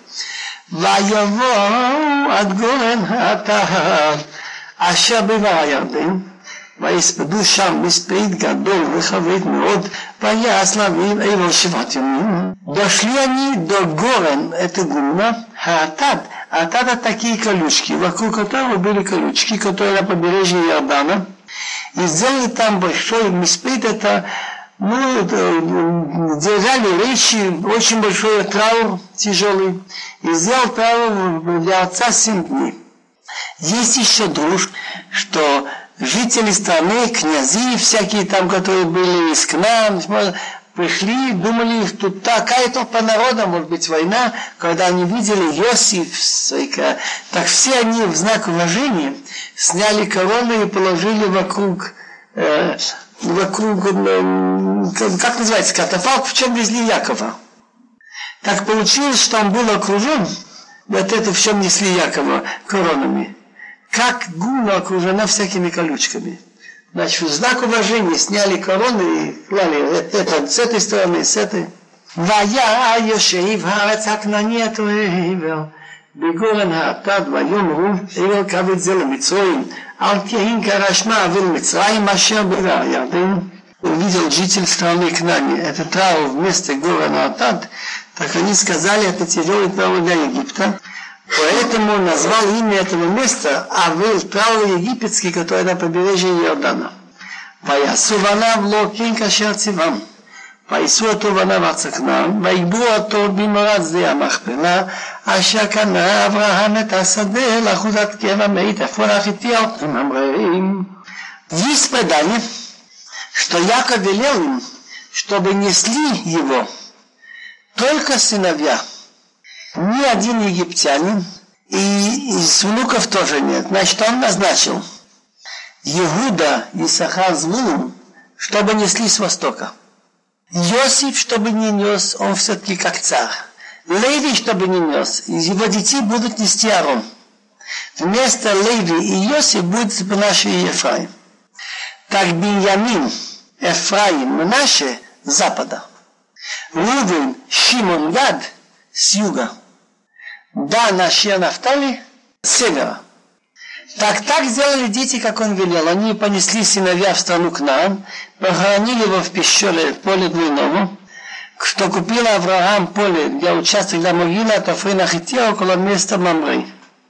ויבואו עד גורן האתר אשר בעבר הירדן ויספדו שם מספד גדול וכבד מאוד ויעש לאביו אלו שבעת ימים. Дошли они до Горен, это гумна, Хаатад. Хаатад это такие колючки, вокруг которого были колючки, которые на побережье Иордана. И сделали там большой миспед, это ну, держали речи, очень большой траур, тяжелый, и сделал траур для отца семь дней. Есть еще друж, что жители страны, князи всякие там, которые были из Кнаан, пришли, думали, тут такая толпа народа, может быть война, когда они видели Иосиф, так все они в знак уважения сняли короны и положили вокруг э, вокруг, как называется, катафалк, в чем везли Якова. Так получилось, что он был окружен, вот это в чем несли Якова коронами. Как гума окружена всякими колючками. Значит, в знак уважения сняли короны и клали это с этой стороны, с этой. Вая Йошев Хаарец Хакнани Атоэвел בגורן האטד ויאמרו אל כבד זה למצרים אל תהין כרשמה אל מצרים אשר בעבר הירדן. Увидел житель страны Кнани это траур вместо Горена Атад, так они сказали, это тяжелый траур для Египта. Поэтому назвал имя этого места Авел, траур египетский, который на побережье Иордана. Ваясу ванав ло кин кашер цивам. וייסעו אותו בניו ארצה כנען, ויגברו אותו במורד שדה המכפלה, אשר קנה אברהם את השדה לאחוזת קבע מאת עפרון החיתיות. Им Есть предание, что Яков велел им, чтобы несли его только сыновья, ни один египтянин, и из внуков тоже нет. Значит, он назначил Иуда, Исахар, Звулун, чтобы несли с востока. Иосиф, чтобы не нес, он все-таки как царь. Леви, чтобы не нес, из его детей будут нести Аарон. Вместо Леви и Иосиф будет Менаше и Ефраим. Так Биньямин, Ефраим, Менаше с запада. Рувен, Шимон, Гад с юга. Дан, Ашер, Нафтали с севера. Так так сделали дети, как он велел. Они понесли сыновья в страну Кнаан, похоронили его в пещере, в поле двойному, что купил Авраам поле, где участок для могилы от Африна Хития около места Мамры.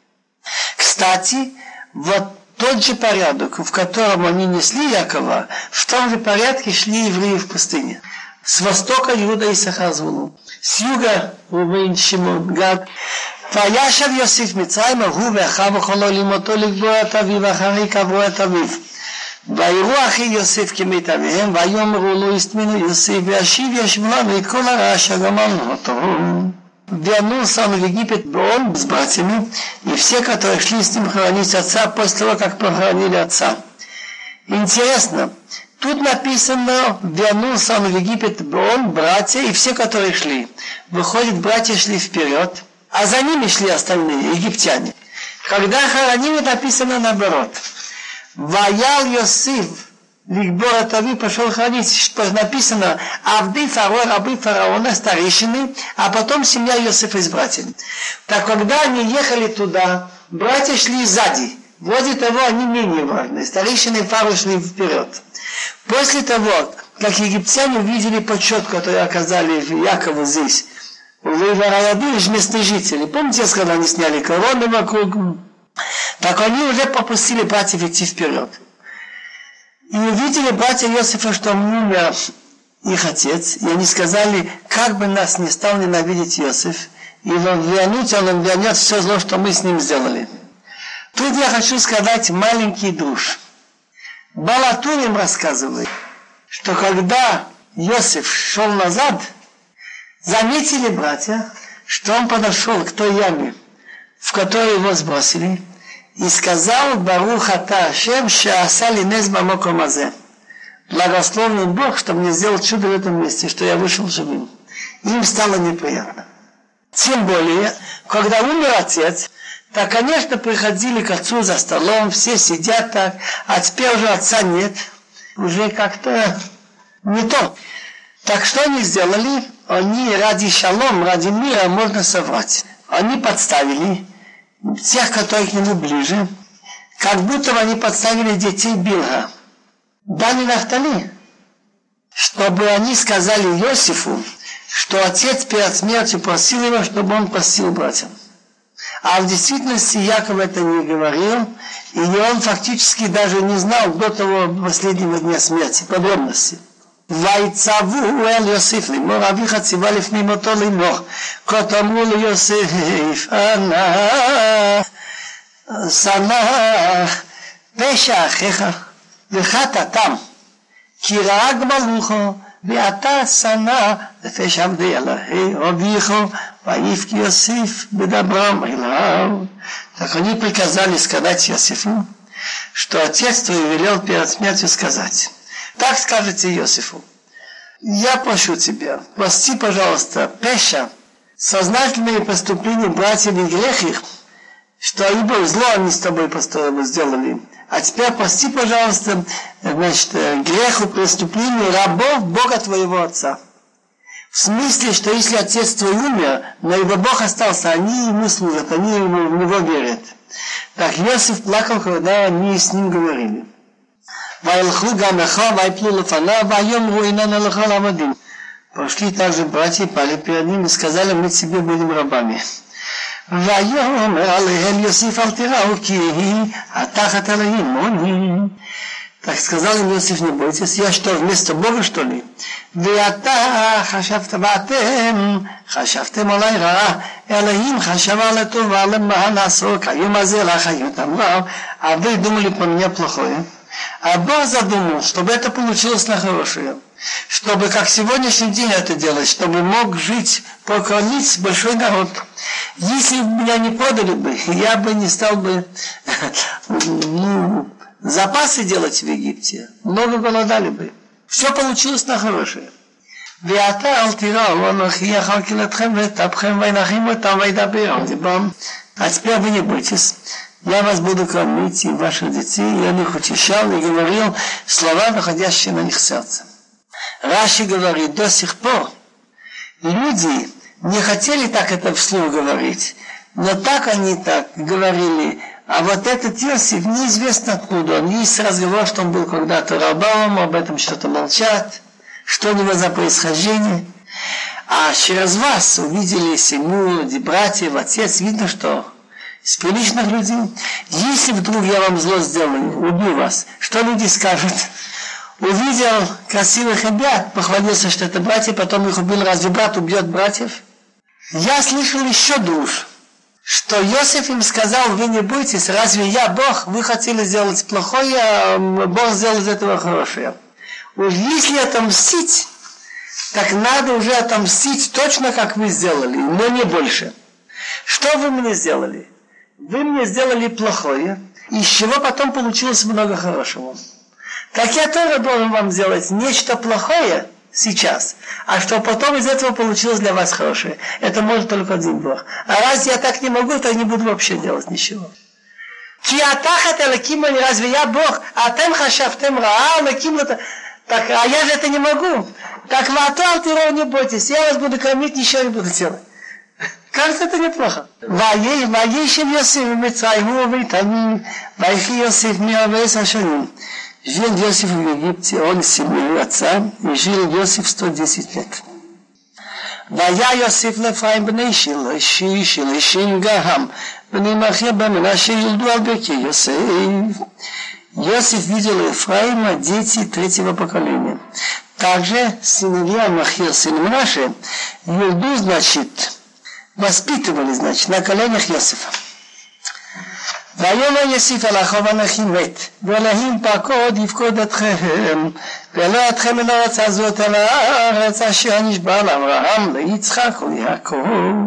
Кстати, вот тот же порядок, в котором они несли Якова, в том же порядке шли евреи в пустыне. С востока Иуда и Исахар Звулун, с юга Рувен, Шимон, Гад. וישב יוסיף מצרים, הוא ואחיו יכולו לימותו לקבוע את אביו, אחרי קברו את אביו. ויראו אחי יוסיף כמיטביהם, ויאמרו לו הסתמנו יוסיף, וישיב ישב לנו את כל הרע אשר גמרנו אותו. Вернулся он в Египет, он с братьями, и все, которые шли с ним хоронить отца, после того, как похоронили отца. Интересно, тут написано, вернулся он в Египет, он, братья, и все, которые шли. Выходит, братья шли вперед, а за ними шли остальные, египтяне. Когда хоронили, написано наоборот. Ваял Йосиф, Ликбор Атави, пошел хоронить, что написано, Авды фараон, рабы фараона, старейшины, а потом семья Йосифа с братьями. Так когда они ехали туда, братья шли сзади. Вроде того, они менее важны. Старейшины фараона шли вперед. После того, как египтяне увидели почет, который оказали Якову здесь, вы вородились местные жители. Помните, когда они сняли короны вокруг? Так они уже попустили братьев идти вперед. И увидели братья Иосифа, что умер их отец. И они сказали, как бы нас не стал ненавидеть Иосиф, и вернуть он, он вернет все зло, что мы с ним сделали. Тут я хочу сказать маленький душ. Балатур им рассказывает, что когда Иосиф шел назад, заметили братья, что он подошел к той яме, в которой его сбросили, и сказал: Барух ата Ашем, шеаса ли нес бамоком азе. Благословен Бог, что мне сделал чудо в этом месте, что я вышел живым. Им стало неприятно. Тем более, когда умер отец, так, конечно, приходили к отцу за столом, все сидят так, а теперь уже отца нет, уже как-то не то. Так что они сделали? Они ради шалом, ради мира можно соврать. Они подставили тех, которые к нему ближе, как будто они подставили детей Билга, Дани Нафтали, чтобы они сказали Иосифу, что отец перед смертью просил его, чтобы он простил братьям. А в действительности Яков это не говорил, и он фактически даже не знал до того последнего дня смерти подробностей. ויצוו אל יוסיף לאמור, אביך ציווה לפני מותו לאמור, כה תאמרו ליוסף, אנא שנא פשע אחיך וחטאתם, כי ראה גמלוכו, ואתה שנא לפשע עבדי אלוהי אביך, ויבכי יוסיף בדברם אליו. Так они приказали сказать Иосифу, что отец твой велел перед смертью сказать. Так скажете Иосифу: я прошу тебя, прости, пожалуйста, пеша, сознательные преступления братьев и грех их, что ибо зло они с тобой сделали. А теперь прости, пожалуйста, значит, грех и преступление рабов Бога твоего отца. В смысле, что если отец твой умер, но его Бог остался, они ему служат, они ему, в него верят. Так Иосиф плакал, когда они с ним говорили. וילכו גם אחר ויפלו לפניו ויאמרו הננו לך לעבדים. Пошли также братья, пали перед ним и сказали: мы тебе будем рабами. ויאמר עליהם יוסיף אל תיראו כי היא התחת אלוהים מוני. Так сказал им Иосиф: не бойтесь, я что, вместо Бога, что ли? ואתה חשבת ואתם חשבתם עלי רעה, אלוהים חשבה לטובה למען לעשות כיום הזה לחיות אמרה, а вы думали по мне плохое. А Бог задумал, чтобы это получилось на хорошее. Чтобы как сегодняшний день это делать, чтобы мог жить, покормить большой народ. Если бы меня не продали бы, я бы не стал бы ну, запасы делать в Египте. Много голодали бы. Все получилось на хорошее. ואתה אל תיראו, אנוכי אכלתי אתכם ואטפכם וינחם אותם וידבר על ליבם. А теперь вы не бойтесь. Я вас буду кормить и ваших детей. Я их утешал и говорил слова, находящие на них сердце. Раши говорит: до сих пор люди не хотели так это вслух говорить, но так они так говорили. А вот этот Иосиф, неизвестно откуда он. Есть разговор, что он был когда-то рабом, об этом что-то молчат, что у него за происхождение. А через вас увидели семью, братьев, отец, видно, что из приличных людей. Если вдруг я вам зло сделаю, убью вас, что люди скажут? Увидел красивых ребят, похвалился, что это братья, потом их убил. Разве брат убьет братьев? Я слышал еще душ, что Иосиф им сказал: вы не бойтесь, разве я Бог? Вы хотели сделать плохое, а Бог сделал из этого хорошее. Уж если отомстить, так надо уже отомстить точно, как вы сделали, но не больше. Что вы мне сделали? Вы мне сделали плохое, из чего потом получилось много хорошего. Так я тоже должен вам сделать нечто плохое сейчас, а что потом из этого получилось для вас хорошее. Это может только один Бог. А раз я так не могу, то я не буду вообще делать ничего. Киатахат элоким, разве я Бог? А тем хашафтем раа элоким. Так, а я же это не могу. Так ватал тиро, не бойтесь, я вас буду кормить, ничего не буду делать. Кажется, это неплохо. וישב יוסף במצרים הוא ובריתנים, ויחי יוסף מאה ועשר שנים. Жил Иосиф в Египте, он с семьей отца, и жил Иосиф сто десять лет. והיה יוסף לאפרים בני שילשי, שילשים גם, בני מלכיה במנשה ילדו על ברכי יוסף. Иосиф видел Ефраима, дети третьего поколения. Также сыновья Махир, сын Мнаше, Юлду, значит, воспитывали, значит, на коленях Иосифа. ויאמר יוסיף אל אחיו אנוכי מת, ואלוהים פקוד יפקוד אתכם, ולא אתכם אל הארץ הזאת, אל הארץ אשר נשבע לאברהם, ליצחק וליעקב.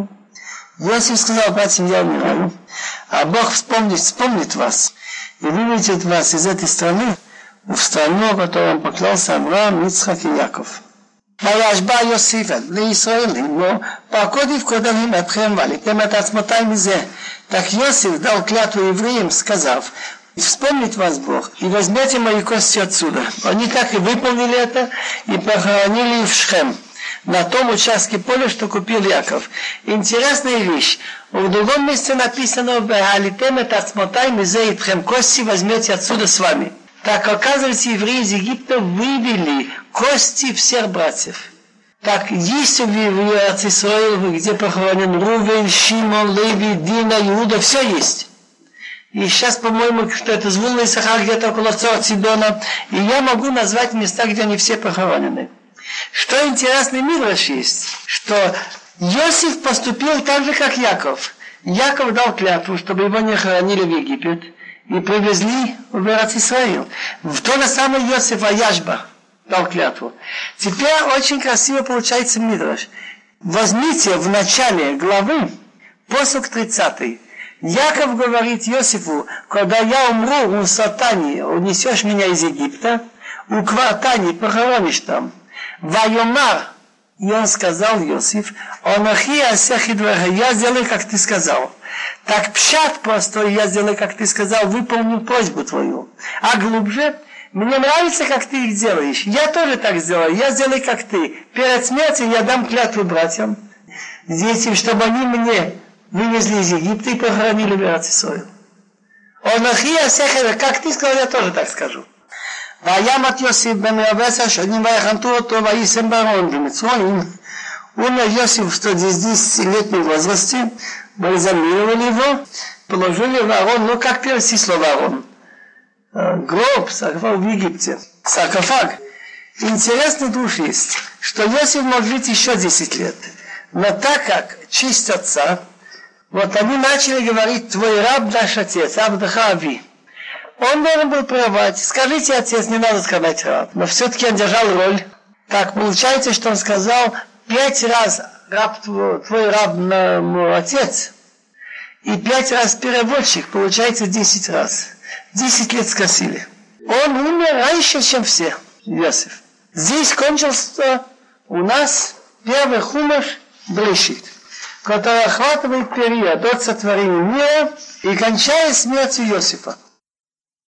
Иосиф сказал: братьям, я умираю, а Бог вспомнит, вспомнит вас и выведет вас из этой страны в страну, которую он поклялся Авраам, Ицхак и Яков. וישבע יוסיף לישראל לאמור, פקוד יפקוד אלוהים אתכם ועליתם את עצמותיי מזה. Так Иосиф дал клятву евреям, сказав: вспомнит вас Бог и возьмете мои кости отсюда. Они так и выполнили это и похоронили в Шхем, на том участке поля, что купил Яков. Интересная вещь. В другом месте написано: «Вегалитем эт ацмотай мизе итхем», кости возьмете отсюда с вами. Так, оказывается, евреи из Египта вывели кости всех братьев. Так, есть в Израиле, где похоронен Рувен, Шимон, Леви, Дина, Иуда, все есть. И сейчас, по-моему, что это Звулун и Исахар, где-то около Цор Цидона. И я могу назвать места, где они все похоронены. Что интересный мидраш есть, что Иосиф поступил так же, как Яков. Яков дал клятву, чтобы его не хоронили в Египет, и привезли в Израиль. В то же самое Иосиф Аяшба дал клятву. Теперь очень красиво получается мидраш. Возьмите в начале главы посук тридцатый. Яков говорит Иосифу: когда я умру, у Сатани унесешь меня из Египта, у Квартани похоронишь там. Вайомар, и он сказал, Иосиф: Онахи асехидвеха, я сделаю, как ты сказал. Так пшат простой, я сделаю, как ты сказал, выполню просьбу твою. А глубже: мне нравится, как ты их делаешь. Я тоже так сделаю. Я сделаю, как ты. Перед смертью я дам клятву братьям, детям, чтобы они мне вывезли из Египта и похоронили в Израиле. Онахи асехидвеха, как ты сказал, я тоже так скажу. וימת יוסיף בן מאה ועשר שנים ויחנתו אותו וישם בארון במצרים. Умер Иосиф в сто десятилетнем возрасте, бальзамировали его, положили в Аарон. Ну, как перевести слово Аарон? гроб, саркофаг в Египте. Саркофаг. Интересный душ есть, что Иосиф мог жить еще десять лет. Но так как честь отца, вот они начали говорить: твой раб наш отец, Абдаха Ави. Он должен был прервать: скажите, отец, не надо сказать раб. Но все-таки он держал роль. Так получается, что он сказал пять раз раб твой, твой раб мой отец, и пять раз переводчик, получается десять раз. Десять лет скосили. Он умер раньше, чем все, Иосиф. Здесь кончился у нас первый хумаш Брешит, который охватывает период от сотворения мира и кончая смертью Иосифа.